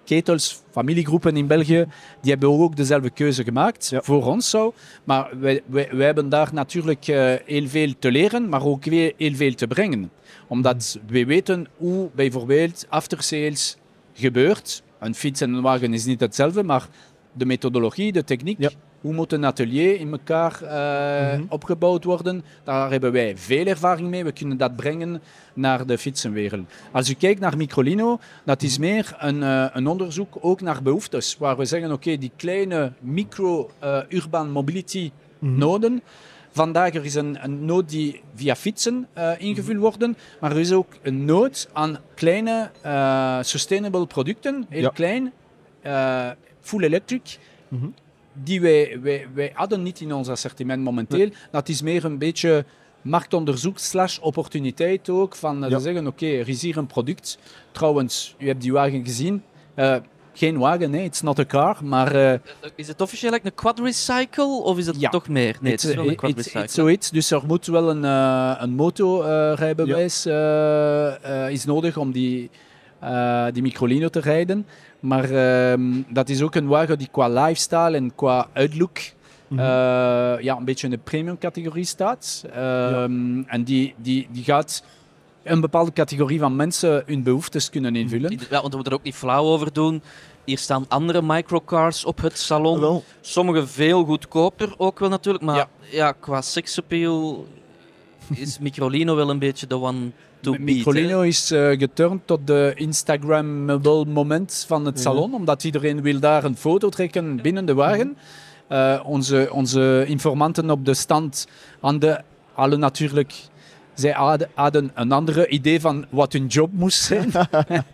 ketels, familiegroepen in België, die hebben ook dezelfde keuze gemaakt, ja. voor ons zo. Maar wij, wij, wij hebben daar natuurlijk uh, heel veel te leren, maar ook weer heel veel te brengen. Omdat we weten hoe bijvoorbeeld aftersales gebeurt. Een fiets en een wagen is niet hetzelfde, maar de methodologie, de techniek, ja. hoe moet een atelier in elkaar uh, mm-hmm. opgebouwd worden, daar hebben wij veel ervaring mee. We kunnen dat brengen naar de fietsenwereld. Als u kijkt naar Microlino, dat is meer een, uh, een onderzoek ook naar behoeftes, waar we zeggen, oké, okay, die kleine micro-urban uh, mobility mm-hmm. noden. Vandaag er is een, een nood die via fietsen uh, ingevuld wordt, maar er is ook een nood aan kleine uh, sustainable producten, heel ja. klein, uh, full electric, mm-hmm. die wij, wij, wij hadden niet in ons assortiment momenteel. Nee. Dat is meer een beetje marktonderzoek slash opportuniteit ook, van uh, ja. te zeggen, oké, okay, er is hier een product. Trouwens, u hebt die wagen gezien. Uh, Geen wagen, nee, it's not a car, maar... Uh, is het officieel like een quadricycle of is het ja. toch meer? Nee, het is wel een quadricycle. Het is zoiets, dus er moet wel een, uh, een motorijbewijs uh, ja. uh, uh, is nodig om die, uh, die Microlino te rijden. Maar uh, dat is ook een wagen die qua lifestyle en qua outlook mm-hmm. uh, ja, een beetje in de premium categorie staat. Uh, ja. En die, die, die gaat... een bepaalde categorie van mensen hun behoeftes kunnen invullen. Ja, want we moeten er ook niet flauw over doen. Hier staan andere microcars op het salon. Wel. Sommige veel goedkoper ook wel natuurlijk. Maar ja, ja qua seksappeal is Microlino wel een beetje de one to beat. Microlino he? is uh, geturnd tot de Instagrammable moment van het salon. Ja. Omdat iedereen wil daar een foto trekken binnen de wagen. Uh, onze, onze informanten op de stand hadden alle natuurlijk... Zij hadden een ander idee van wat hun job moest zijn. uh,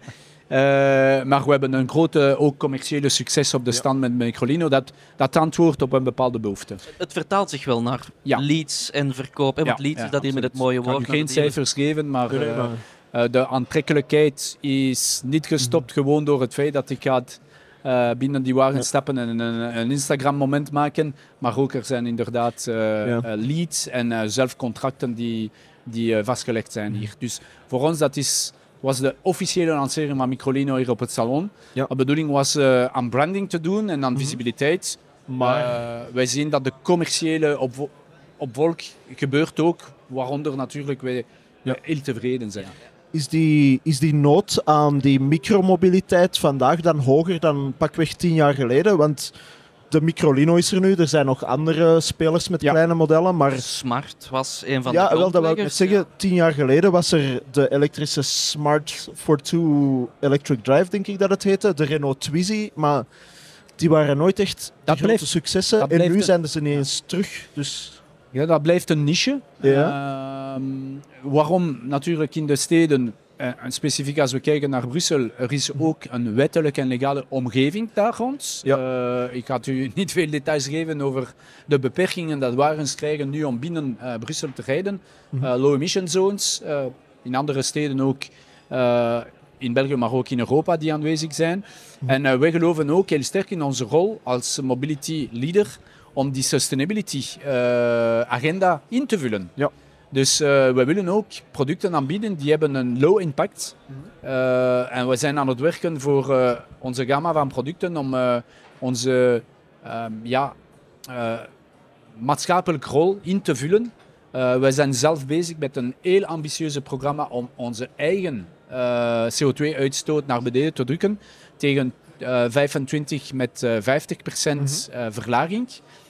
maar we hebben een grote ook commerciële succes op de stand ja. met Microlino. Dat, dat antwoordt op een bepaalde behoefte. Het vertaalt zich wel naar ja. leads en verkoop. Hè? Want ja, leads ja, is dat hier met het mooie woord. Ik kan u geen cijfers geven, maar uh, uh, de aantrekkelijkheid is niet gestopt mm-hmm. gewoon door het feit dat ik ga uh, binnen die wagen ja. stappen en een, een Instagram-moment maken. Maar ook er zijn inderdaad uh, ja. uh, leads en uh, zelf contracten die... die uh, vastgelegd zijn hier. Dus voor ons dat is, was de officiële lancering van Microlino hier op het salon. Ja. De bedoeling was uh, aan branding te doen en aan mm-hmm. visibiliteit. Maar uh, wij zien dat de commerciële opvo- opvolk gebeurt ook, waaronder natuurlijk wij ja. heel tevreden zijn. Is die, is die nood aan die micromobiliteit vandaag dan hoger dan pakweg tien jaar geleden? Want... de Microlino is er nu, er zijn nog andere spelers met ja. kleine modellen, maar... Smart was een van ja, de wel, dat wil ik zeggen. Ja. Tien jaar geleden was er de elektrische Smart four two Electric Drive, denk ik dat het heette, de Renault Twizy, maar die waren nooit echt dat grote bleef, successen en nu een... zijn ze niet eens ja. terug. Dus... ja, dat blijft een niche. Ja. Uh, waarom natuurlijk in de steden... En specifiek als we kijken naar Brussel, er is ook een wettelijke en legale omgeving daar rond. Ja. Uh, ik ga u niet veel details geven over de beperkingen dat wagens krijgen nu om binnen uh, Brussel te rijden. Mm-hmm. Uh, low emission zones, uh, in andere steden ook, uh, in België maar ook in Europa die aanwezig zijn. Mm-hmm. En uh, wij geloven ook heel sterk in onze rol als mobility leader om die sustainability uh, agenda in te vullen. Ja. Dus uh, we willen ook producten aanbieden die hebben een low impact. Uh, en we zijn aan het werken voor uh, onze gamma van producten om uh, onze uh, ja, uh, maatschappelijke rol in te vullen. Uh, wij zijn zelf bezig met een heel ambitieuze programma om onze eigen uh, C O twee uitstoot naar beneden te drukken tegen uh, vijfentwintig met uh, vijftig procent uh, verlaging.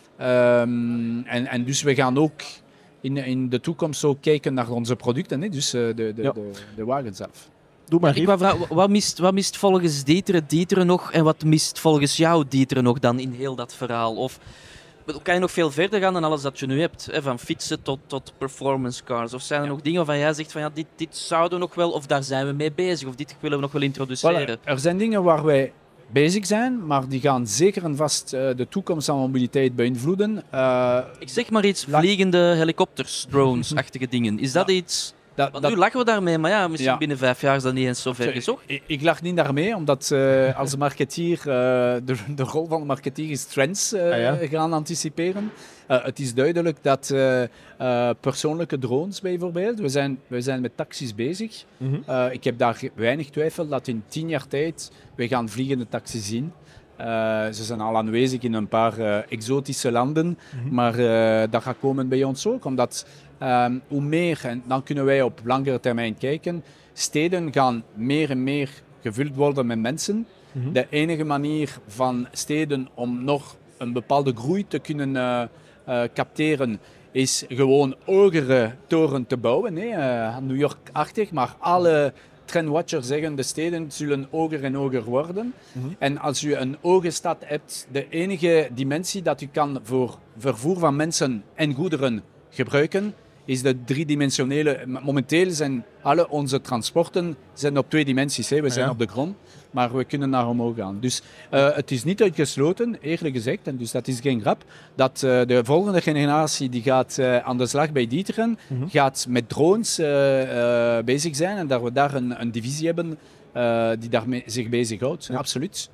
Um, en, en dus we gaan ook in, in de toekomst ook kijken naar onze producten, hè? Dus uh, de, de, ja. de, de wagen zelf. Doe maar. Ik wou vragen, wat mist, wat mist volgens Dieter, Dieter nog en wat mist volgens jou Dieter nog dan in heel dat verhaal? Of kan je nog veel verder gaan dan alles dat je nu hebt? Hè? Van fietsen tot, tot performance cars. Of zijn er ja. nog dingen waarvan jij zegt van ja, dit, dit zouden we nog wel, of daar zijn we mee bezig, of dit willen we nog wel introduceren? Voilà. Er zijn dingen waar wij bezig zijn, maar die gaan zeker en vast uh, de toekomst van mobiliteit beïnvloeden. Uh, Ik zeg maar iets, vliegende helikopters, drones-achtige dingen. Is dat ja. iets Dat, Want dat, nu lachen we daarmee, maar ja, misschien Ja. binnen vijf jaar is dat niet eens zo ver Sorry, gezocht. Ik, ik lach niet daarmee, omdat uh, als marketeer uh, de, de rol van de marketeer is trends uh, Ah, ja. gaan anticiperen. Uh, het is duidelijk dat uh, uh, persoonlijke drones bijvoorbeeld, we zijn, we zijn met taxis bezig. Mm-hmm. Uh, ik heb daar weinig twijfel dat in tien jaar tijd we gaan vliegende taxis zien. Uh, ze zijn al aanwezig in een paar uh, exotische landen, mm-hmm. maar uh, dat gaat komen bij ons ook, omdat um, hoe meer, en dan kunnen wij op langere termijn kijken, steden gaan meer en meer gevuld worden met mensen. Mm-hmm. De enige manier van steden om nog een bepaalde groei te kunnen uh, uh, capteren is gewoon hogere toren te bouwen, hè? Uh, New York-achtig, maar alle trendwatchers zeggen de steden zullen hoger en hoger worden. Mm-hmm. En als u een hoge stad hebt, de enige dimensie dat u kan voor vervoer van mensen en goederen gebruiken, is de driedimensionele. Momenteel zijn alle onze transporten zijn op twee dimensies. Hè. We zijn ja. op de grond, maar we kunnen naar omhoog gaan. Dus uh, het is niet uitgesloten, eerlijk gezegd, en dus dat is geen grap, dat uh, de volgende generatie die gaat uh, aan de slag bij D'Ieteren, mm-hmm. gaat met drones uh, uh, bezig zijn en dat we daar een, een divisie hebben uh, die daarmee zich bezighoudt. Ja. Absoluut.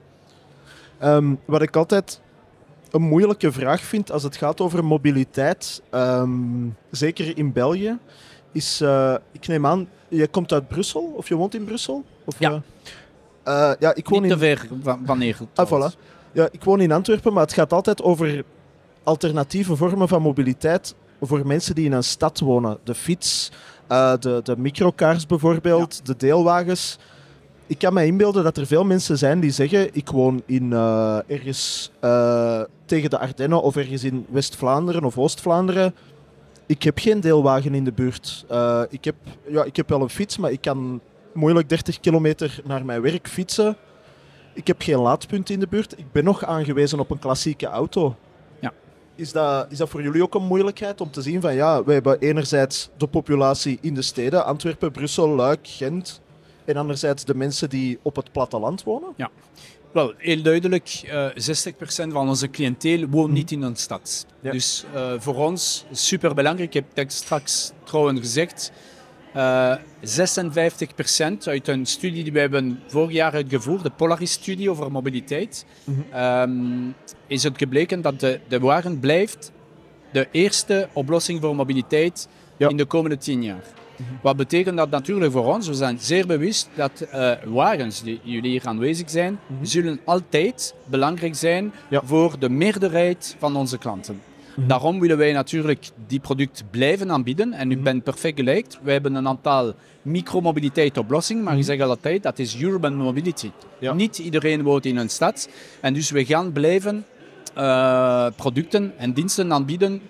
Um, wat ik altijd een moeilijke vraag vind als het gaat over mobiliteit, um, zeker in België, is, uh, ik neem aan, je komt uit Brussel of je woont in Brussel? Of, ja. Uh, uh, ja, ik woon Niet te in... ver van wanneer. Ah, voilà. Ja, ik woon in Antwerpen, maar het gaat altijd over alternatieve vormen van mobiliteit voor mensen die in een stad wonen. De fiets, uh, de, de microcars bijvoorbeeld, ja. de deelwagens. Ik kan me inbeelden dat er veel mensen zijn die zeggen, ik woon in, uh, ergens uh, tegen de Ardennen of ergens in West-Vlaanderen of Oost-Vlaanderen. Ik heb geen deelwagen in de buurt. Uh, ik, heb, ja, ik heb wel een fiets, maar ik kan moeilijk dertig kilometer naar mijn werk fietsen. Ik heb geen laadpunt in de buurt. Ik ben nog aangewezen op een klassieke auto. Ja. Is dat, is dat voor jullie ook een moeilijkheid om te zien van, ja, we hebben enerzijds de populatie in de steden, Antwerpen, Brussel, Luik, Gent, en anderzijds de mensen die op het platteland wonen? Ja, wel, heel duidelijk, uh, zestig procent van onze cliënteel woont niet in een stad. Ja. Dus uh, voor ons superbelangrijk, ik heb het straks trouwens gezegd, uh, zesenvijftig procent uit een studie die we hebben vorig jaar uitgevoerd, de Polaris-studie over mobiliteit, mm-hmm. um, is het gebleken dat de, de wagen blijft de eerste oplossing voor mobiliteit ja. in de komende tien jaar. Mm-hmm. Wat betekent dat natuurlijk voor ons? We zijn zeer bewust dat uh, wagens die jullie hier aanwezig zijn, mm-hmm. zullen altijd belangrijk zijn ja. voor de meerderheid van onze klanten. Mm-hmm. Daarom willen wij natuurlijk die product blijven aanbieden. En u mm-hmm. bent perfect gelijk. Wij hebben een aantal micromobiliteit oplossingen, maar mm-hmm. je zegt altijd dat is urban mobility. Ja. Niet iedereen woont in een stad. En dus we gaan blijven uh, producten en diensten aanbieden,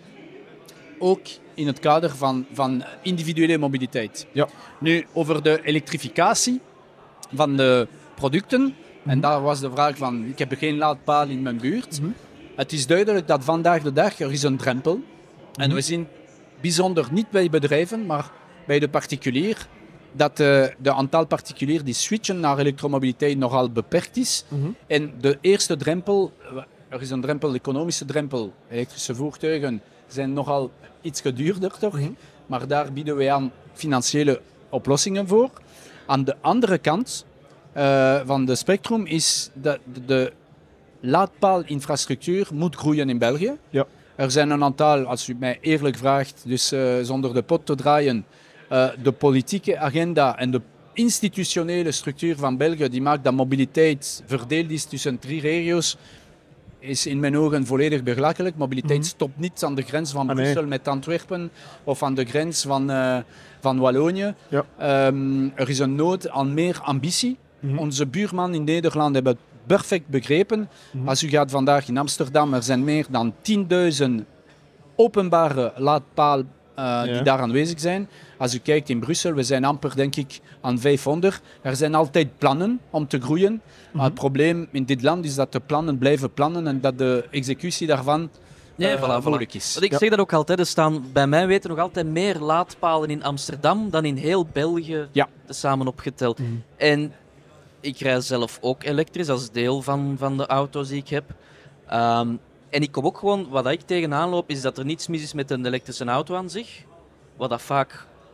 ook in het kader van, van individuele mobiliteit. Ja. Nu, over de elektrificatie van de producten. Mm-hmm. En daar was de vraag van, ik heb geen laadpaal in mijn buurt. Mm-hmm. Het is duidelijk dat vandaag de dag er is een drempel. Mm-hmm. En we zien bijzonder niet bij bedrijven, maar bij de particulier, dat de, de aantal particulier die switchen naar elektromobiliteit nogal beperkt is. Mm-hmm. En de eerste drempel, er is een drempel, economische drempel, elektrische voertuigen zijn nogal iets duurder, toch? Mm-hmm. Maar daar bieden wij aan financiële oplossingen voor. Aan de andere kant uh, van de spectrum is dat de, de laadpaalinfrastructuur moet groeien in België. Ja. Er zijn een aantal, als u mij eerlijk vraagt, dus uh, zonder de pot te draaien, uh, de politieke agenda en de institutionele structuur van België, die maakt dat mobiliteit verdeeld is tussen drie regio's, is in mijn ogen volledig belachelijk. Mobiliteit mm-hmm. stopt niet aan de grens van ah, Brussel nee. met Antwerpen of aan de grens van, uh, van Wallonië. Ja. Um, er is een nood aan meer ambitie. Mm-hmm. Onze buurman in Nederland hebben het perfect begrepen. Mm-hmm. Als u gaat vandaag in Amsterdam, er zijn meer dan tienduizend openbare laadpalen uh, ja. die daar aanwezig zijn. Als u kijkt in Brussel, we zijn amper denk ik aan vijfhonderd. Er zijn altijd plannen om te groeien. Mm-hmm. Maar het probleem in dit land is dat de plannen blijven plannen en dat de executie daarvan nee, uh, voilà, moeilijk voilà. is. Want ik ja. zeg dat ook altijd, er staan bij mij weten nog altijd meer laadpalen in Amsterdam dan in heel België ja. samen opgeteld. Mm-hmm. En ik rij zelf ook elektrisch als deel van, van de auto's die ik heb. Um, en ik kom ook gewoon, wat ik tegenaan loop, is dat er niets mis is met een elektrische auto aan zich. Wat dat vaak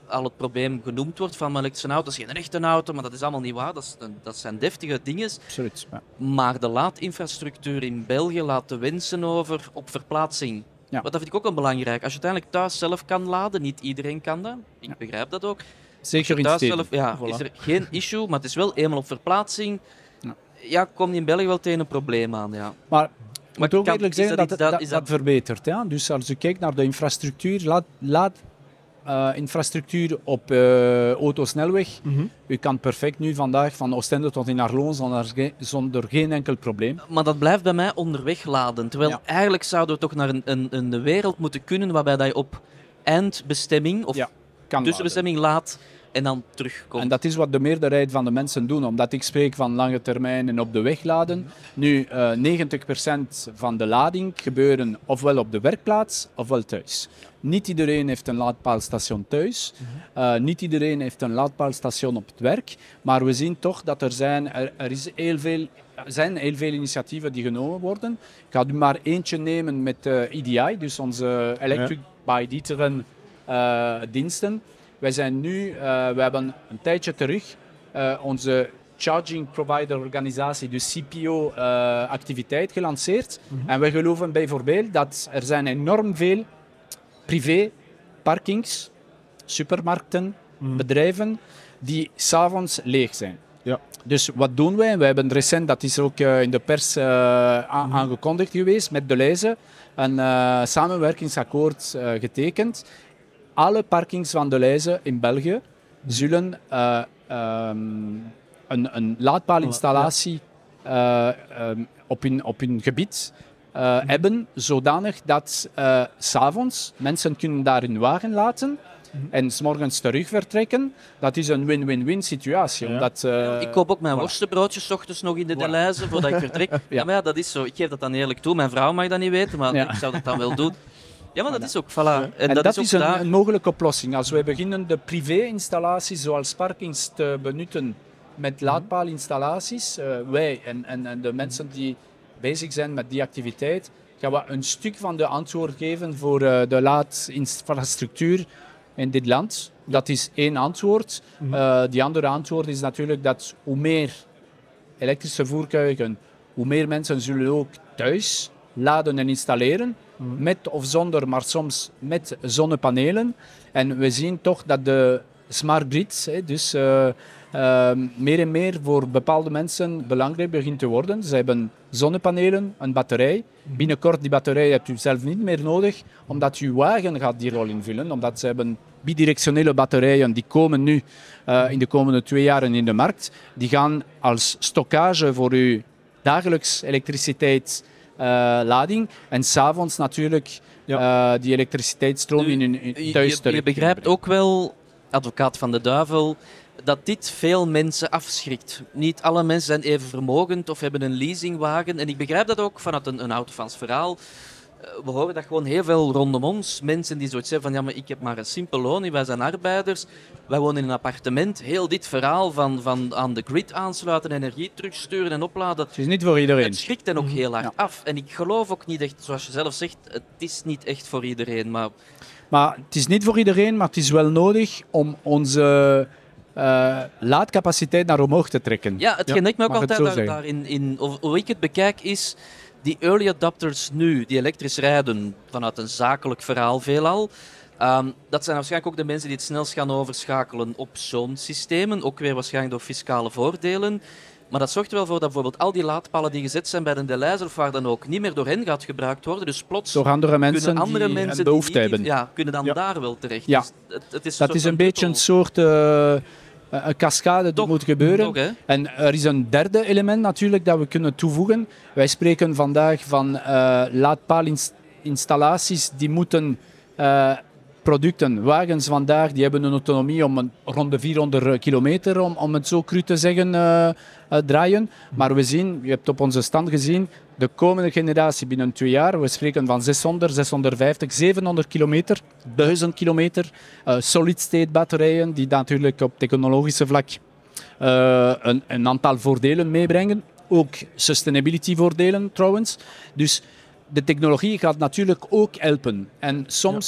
al het probleem genoemd wordt van mijn elektrische auto. Dat is geen echte auto, maar dat is allemaal niet waar. Dat, is, dat zijn deftige dingen. Absoluut. Ja. Maar de laadinfrastructuur in België laat te wensen over op verplaatsing. Ja. Wat dat vind ik ook wel belangrijk. Als je uiteindelijk thuis zelf kan laden, niet iedereen kan dat. Ik Ja. begrijp dat ook. Zeker in Thuis steden. zelf, ja, Voilà. is er geen issue, maar het is wel eenmaal op verplaatsing. Ja. Ja, komt in België wel tegen een probleem aan. Ja. Maar ik moet ook kan- eerlijk is zeggen dat dat, iets dat, dat- dat, is dat- verbetert. Ja? Dus als je kijkt naar de infrastructuur, laat, laat uh, infrastructuur op uh, autosnelweg. Mhm. U kan perfect nu vandaag van Oostende tot in Arloon zonder, ge- zonder geen enkel probleem. Maar dat blijft bij mij onderweg laden. Terwijl Ja. eigenlijk zouden we toch naar een, een, een wereld moeten kunnen waarbij dat je op eindbestemming of Ja, kan tussenbestemming laat en dan laden. terugkomt. En dat is wat de meerderheid van de mensen doen, omdat ik spreek van lange termijn en op de weg laden. Nu, uh, negentig procent van de lading gebeuren ofwel op de werkplaats ofwel thuis. Niet iedereen heeft een laadpaalstation thuis. Uh, niet iedereen heeft een laadpaalstation op het werk. Maar we zien toch dat er zijn, er, er is heel veel, er zijn heel veel initiatieven die genomen worden. Ik ga er maar eentje nemen met uh, E D I, dus onze Electric by D'Ieteren uh, diensten. Wij zijn nu, uh, we hebben een tijdje terug uh, onze Charging Provider Organisatie, dus C P O-activiteit uh, gelanceerd. Mm-hmm. En we geloven bijvoorbeeld dat er zijn enorm veel privé parkings, supermarkten, mm. bedrijven die 's avonds leeg zijn. Ja. Dus wat doen wij? We hebben recent, dat is ook uh, in de pers uh, a- mm. aangekondigd geweest, met Deleuze een uh, samenwerkingsakkoord uh, getekend. Alle parkings van Deleuze in België zullen uh, um, een, een laadpaalinstallatie uh, um, op, hun, op hun gebied uh, mm. hebben, zodanig dat uh, 's avonds mensen kunnen daar hun wagen laten mm. en 's morgens terug vertrekken. Dat is een win-win-win situatie. Ja. Omdat, uh, Ik koop ook mijn voilà. worstenbroodjes 's ochtends nog in de Voilà. Deleuze voordat ik vertrek. ja. Ja. Maar ja, dat is zo. Ik geef dat dan eerlijk toe. Mijn vrouw mag dat niet weten, maar Ja. ik zou dat dan wel doen. Ja, maar dat Voilà. is ook, voilà. En, En dat, dat, is ook is een, daar. een mogelijke oplossing. Als wij beginnen de privé-installaties zoals parkings te benutten met laadpaalinstallaties, uh, wij en, en, en de mensen die bezig zijn met die activiteit, gaan we een stuk van de antwoord geven voor uh, de laadinfrastructuur in dit land. Dat is één antwoord. Uh, die andere antwoord is natuurlijk dat hoe meer elektrische voertuigen, hoe meer mensen zullen ook thuis laden en installeren. Met of zonder, maar soms met zonnepanelen. En we zien toch dat de smart grid, dus uh, uh, meer en meer voor bepaalde mensen belangrijk begint te worden. Ze hebben zonnepanelen, een batterij. Binnenkort die batterij hebt u zelf niet meer nodig, omdat uw wagen gaat die rol invullen. Omdat ze hebben bidirectionele batterijen, die komen nu uh, in de komende twee jaren in de markt. Die gaan als stockage voor uw dagelijks elektriciteit Uh, lading en s'avonds natuurlijk ja. uh, die elektriciteitsstroom in hun in thuis je, je begrijpt ook wel, advocaat van de duivel, dat dit veel mensen afschrikt. Niet alle mensen zijn even vermogend of hebben een leasingwagen. En ik begrijp dat ook vanuit een, een Autofans verhaal. We horen dat gewoon heel veel rondom ons. Mensen die zoiets zeggen van, ja, maar ik heb maar een simpel loon, wij zijn arbeiders, wij wonen in een appartement. Heel dit verhaal van, van aan de grid aansluiten, energie terugsturen en opladen. Het is niet voor iedereen. Het schrikt hen ook heel hard ja. af. En ik geloof ook niet echt, zoals je zelf zegt, het is niet echt voor iedereen. Maar, maar het is niet voor iedereen, maar het is wel nodig om onze uh, laadcapaciteit naar omhoog te trekken. Ja, hetgeen ja, ik me ook altijd daar, daarin, in, of, hoe ik het bekijk is, die early adopters nu, die elektrisch rijden, vanuit een zakelijk verhaal veelal, um, dat zijn waarschijnlijk ook de mensen die het snelst gaan overschakelen op zo'n systemen, ook weer waarschijnlijk door fiscale voordelen. Maar dat zorgt er wel voor dat bijvoorbeeld al die laadpalen die gezet zijn bij de Deleuze of waar dan ook, niet meer door hen gaat gebruikt worden. Dus plots door andere mensen kunnen andere die mensen behoefte die niet, hebben. Ja, kunnen dan ja. daar wel terecht. Ja. Dus het, het is dat is een beetje een soort uh, een cascade die moet gebeuren. Toch, en er is een derde element natuurlijk dat we kunnen toevoegen. Wij spreken vandaag van uh, laadpaalinstallaties die moeten uh, producten, wagens vandaag, die hebben een autonomie om een, rond de vierhonderd kilometer, om, om het zo cru te zeggen, uh, uh, draaien. Maar we zien, je hebt op onze stand gezien, de komende generatie binnen twee jaar, we spreken van zeshonderd, zeshonderdvijftig, zevenhonderd kilometer, duizend kilometer, uh, solid-state batterijen, die natuurlijk op technologische vlak uh, een, een aantal voordelen meebrengen. Ook sustainability-voordelen trouwens. Dus de technologie gaat natuurlijk ook helpen. En soms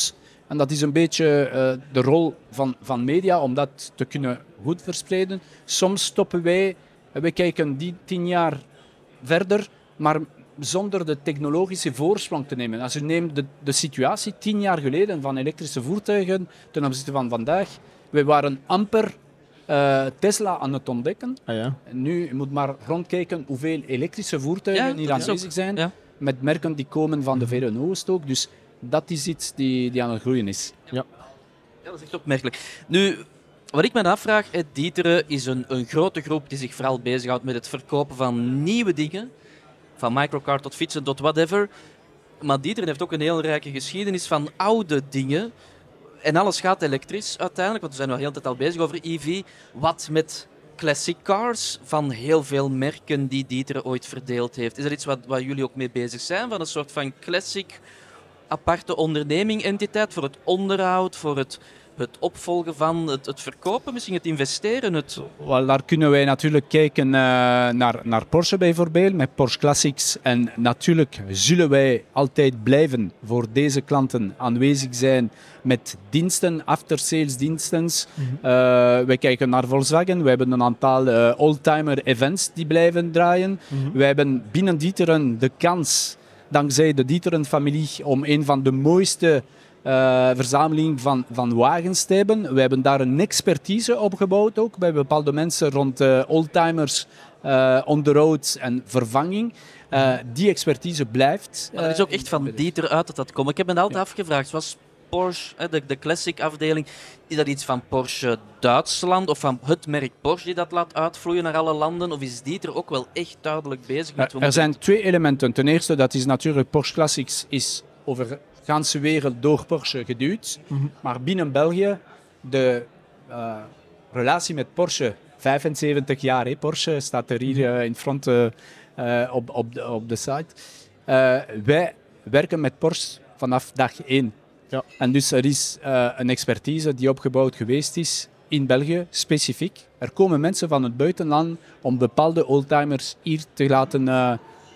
En dat is een beetje uh, de rol van, van media om dat te kunnen goed verspreiden. Soms stoppen wij, wij kijken die tien jaar verder, maar zonder de technologische voorsprong te nemen. Als u neemt de, de situatie tien jaar geleden van elektrische voertuigen ten opzichte van vandaag, wij waren amper uh, Tesla aan het ontdekken. Ah, ja. En nu je moet maar rondkijken hoeveel elektrische voertuigen Ja, hier dat is aanwezig ook- zijn, ja. met merken die komen van de Verre Oosten ook. Dus dat is iets die, die aan het groeien is. Ja, dat is echt opmerkelijk. Nu, wat ik me afvraag, hè, D'Ieteren is een, een grote groep die zich vooral bezighoudt met het verkopen van nieuwe dingen. Van microcar tot fietsen tot whatever. Maar D'Ieteren heeft ook een heel rijke geschiedenis van oude dingen. En alles gaat elektrisch uiteindelijk, want we zijn al heel de tijd al bezig over E V. Wat met classic cars van heel veel merken die D'Ieteren ooit verdeeld heeft. Is er iets wat, waar jullie ook mee bezig zijn? Van een soort van classic aparte onderneming, entiteit voor het onderhoud, voor het, het opvolgen van het, het verkopen, misschien het investeren? Het... Wel, daar kunnen wij natuurlijk kijken uh, naar, naar Porsche bijvoorbeeld, met Porsche Classics. En natuurlijk zullen wij altijd blijven voor deze klanten aanwezig zijn met diensten, after-sales diensten. Mm-hmm. Uh, wij kijken naar Volkswagen, we hebben een aantal uh, oldtimer events die blijven draaien. Mm-hmm. Wij hebben binnen D'Ieteren de kans, dankzij de D'Ieteren-familie, om een van de mooiste uh, verzamelingen van, van wagens te hebben. We hebben daar een expertise opgebouwd ook, bij bepaalde mensen rond uh, oldtimers, uh, onderhoud en vervanging. Uh, die expertise blijft. Maar dat is ook echt van D'Ieteren uit dat dat komt. Ik heb me altijd ja. afgevraagd, was Porsche, de, de classic afdeling, is dat iets van Porsche Duitsland of van het merk Porsche die dat laat uitvloeien naar alle landen? Of is D'Ieteren ook wel echt duidelijk bezig met... Er, er zijn twee elementen. Ten eerste, dat is natuurlijk Porsche Classics is over de hele wereld door Porsche geduwd. Mm-hmm. Maar binnen België, de uh, relatie met Porsche, vijfenzeventig jaar, hè, Porsche staat er hier uh, in front uh, uh, op, op, de, op de site. Uh, wij werken met Porsche vanaf dag één. Ja. En dus er is uh, een expertise die opgebouwd geweest is in België, specifiek. Er komen mensen van het buitenland om bepaalde oldtimers hier te laten uh,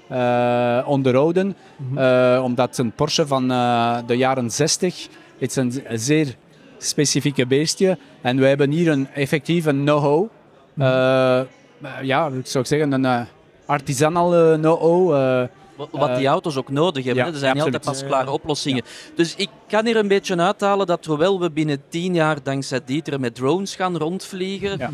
uh, onderhouden. Mm-hmm. Uh, omdat een Porsche van uh, de jaren zestig, het is een zeer specifieke beestje. En wij hebben hier een effectieve know-how. Mm-hmm. Uh, ja, ik zou zeggen een uh, artisanal uh, know-how. Uh, Wat die auto's ook nodig hebben. Ja, er zijn niet altijd pasklare oplossingen. Ja. Dus ik kan hier een beetje uithalen dat hoewel we binnen tien jaar dankzij D'Ieteren met drones gaan rondvliegen, ja.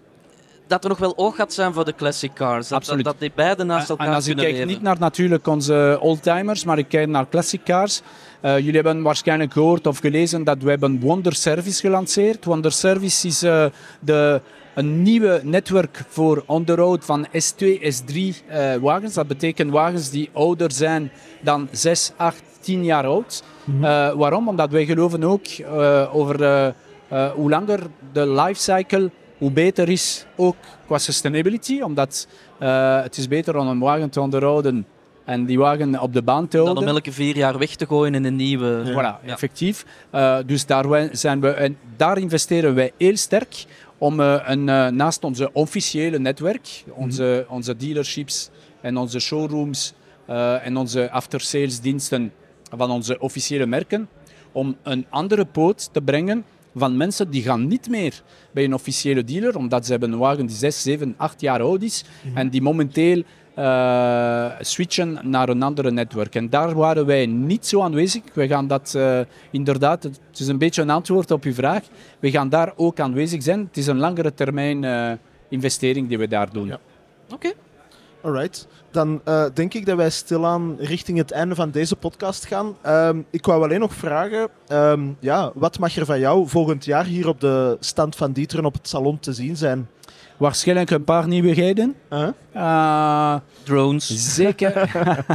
dat er nog wel oog gaat zijn voor de classic cars. Dat, dat, dat die beide naast elkaar kunnen leven. En als je kijkt niet naar natuurlijk onze oldtimers, maar ik kijk naar classic cars. Uh, jullie hebben waarschijnlijk gehoord of gelezen dat we hebben Wonder Service gelanceerd. Wonder Service is uh, de... een nieuwe netwerk voor onderhoud van S twee, S drie uh, wagens. Dat betekent wagens die ouder zijn dan zes, acht, tien jaar oud. Mm-hmm. Uh, waarom? Omdat wij geloven ook uh, over uh, uh, hoe langer de lifecycle, hoe beter is ook qua sustainability. Omdat uh, het is beter om een wagen te onderhouden en die wagen op de baan te houden. Dan om elke vier jaar weg te gooien in een nieuwe... Ja. Voilà, ja. Effectief. Uh, dus daar, zijn we, en daar investeren wij heel sterk om uh, een, uh, naast onze officiële netwerk, onze, onze dealerships en onze showrooms uh, en onze after-sales diensten van onze officiële merken, om een andere poot te brengen van mensen die gaan niet meer bij een officiële dealer, omdat ze hebben een wagen die zes, zeven, acht jaar oud is mm-hmm. en die momenteel uh, switchen naar een andere netwerk. En daar waren wij niet zo aanwezig. We gaan dat uh, inderdaad, het is een beetje een antwoord op uw vraag, we gaan daar ook aanwezig zijn. Het is een langere termijn uh, investering die we daar doen. Ja. Oké. Okay. Alright. Dan uh, denk ik dat wij stilaan richting het einde van deze podcast gaan. Um, ik wou alleen nog vragen, um, ja, wat mag er van jou volgend jaar hier op de stand van D'Ieteren op het salon te zien zijn? Waarschijnlijk een paar nieuwigheden. Uh-huh. Uh, Drones. Zeker.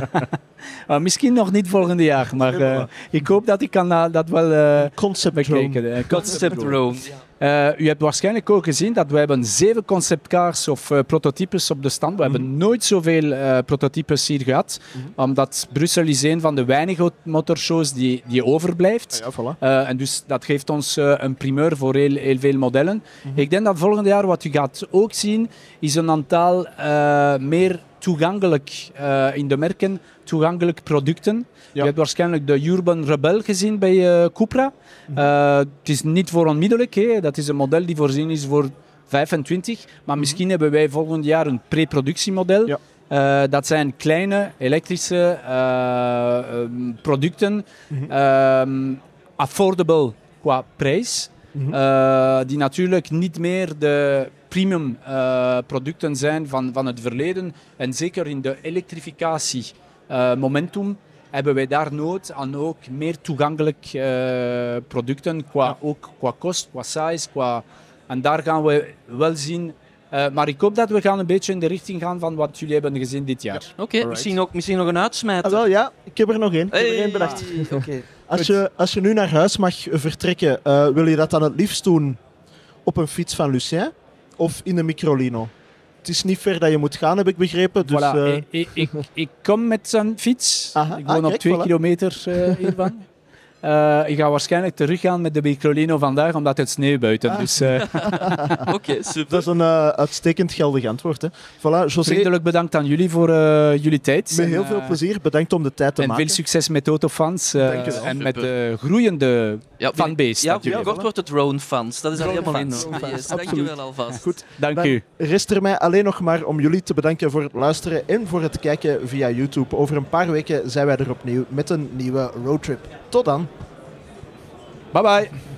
uh, misschien nog niet volgend jaar, maar uh, ik hoop dat ik kan uh, dat wel uh, concept bekijken. drone. Uh, concept drone. Uh, u hebt waarschijnlijk ook gezien dat we hebben zeven conceptcars of uh, prototypes op de stand. We mm-hmm. hebben nooit zoveel uh, prototypes hier gehad, mm-hmm. omdat Brussel is een van de weinige motorshows die, die overblijft. Ah, ja, voilà. uh, en dus dat geeft ons uh, een primeur voor heel, heel veel modellen. Mm-hmm. Ik denk dat volgend jaar wat u gaat ook zien, is een aantal uh, meer toegankelijk uh, in de merken, toegankelijk producten. Ja. Je hebt waarschijnlijk de Urban Rebel gezien bij uh, Cupra. Uh, het is niet voor onmiddellijk, hè. Dat is een model die voorzien is voor vijfentwintig. Maar mm-hmm. misschien hebben wij volgend jaar een pre-productiemodel. Ja. Uh, dat zijn kleine elektrische uh, um, producten, mm-hmm. um, affordable qua prijs, mm-hmm. uh, die natuurlijk niet meer de premium uh, producten zijn van, van het verleden. En zeker in de elektrificatie uh, momentum hebben wij daar nood aan ook meer toegankelijk uh, producten, qua, ja. ook qua kost, qua size, qua... En daar gaan we wel zien. Uh, maar ik hoop dat we gaan een beetje in de richting gaan van wat jullie hebben gezien dit jaar. Ja. Oké, okay, misschien, misschien nog een uitsmijter. Ah, wel, ja, ik heb er nog één. Hey, ik heb er één bedacht. Okay. Als, je, als je nu naar huis mag vertrekken, uh, wil je dat dan het liefst doen op een fiets van Lucien of in een Microlino? Het is niet ver dat je moet gaan, heb ik begrepen. Dus, voilà. uh... ik, ik, ik, ik kom met zijn fiets. Aha. Ik woon ah, op kijk, twee voilà. kilometer uh, hiervan. Uh, ik ga waarschijnlijk teruggaan met de Microlino vandaag, omdat het sneeuw buiten. Ah. Dus, uh... Oké, okay, super. Dat is een uh, uitstekend geldig antwoord. Hè. Voilà, José, vriendelijk bedankt aan jullie voor uh, jullie tijd. Met heel en, uh, veel plezier. Bedankt om de tijd te en maken. En veel succes met Autofans. Uh, en super. Met de groeiende ja, fanbase. Ja, binnenkort wordt het Roan Fans. Dat is al helemaal in. Yes, dank je wel alvast. Goed, dank dan u. Rest er mij alleen nog maar om jullie te bedanken voor het luisteren en voor het kijken via YouTube. Over een paar weken zijn wij er opnieuw met een nieuwe roadtrip. Tot dan. Bye bye.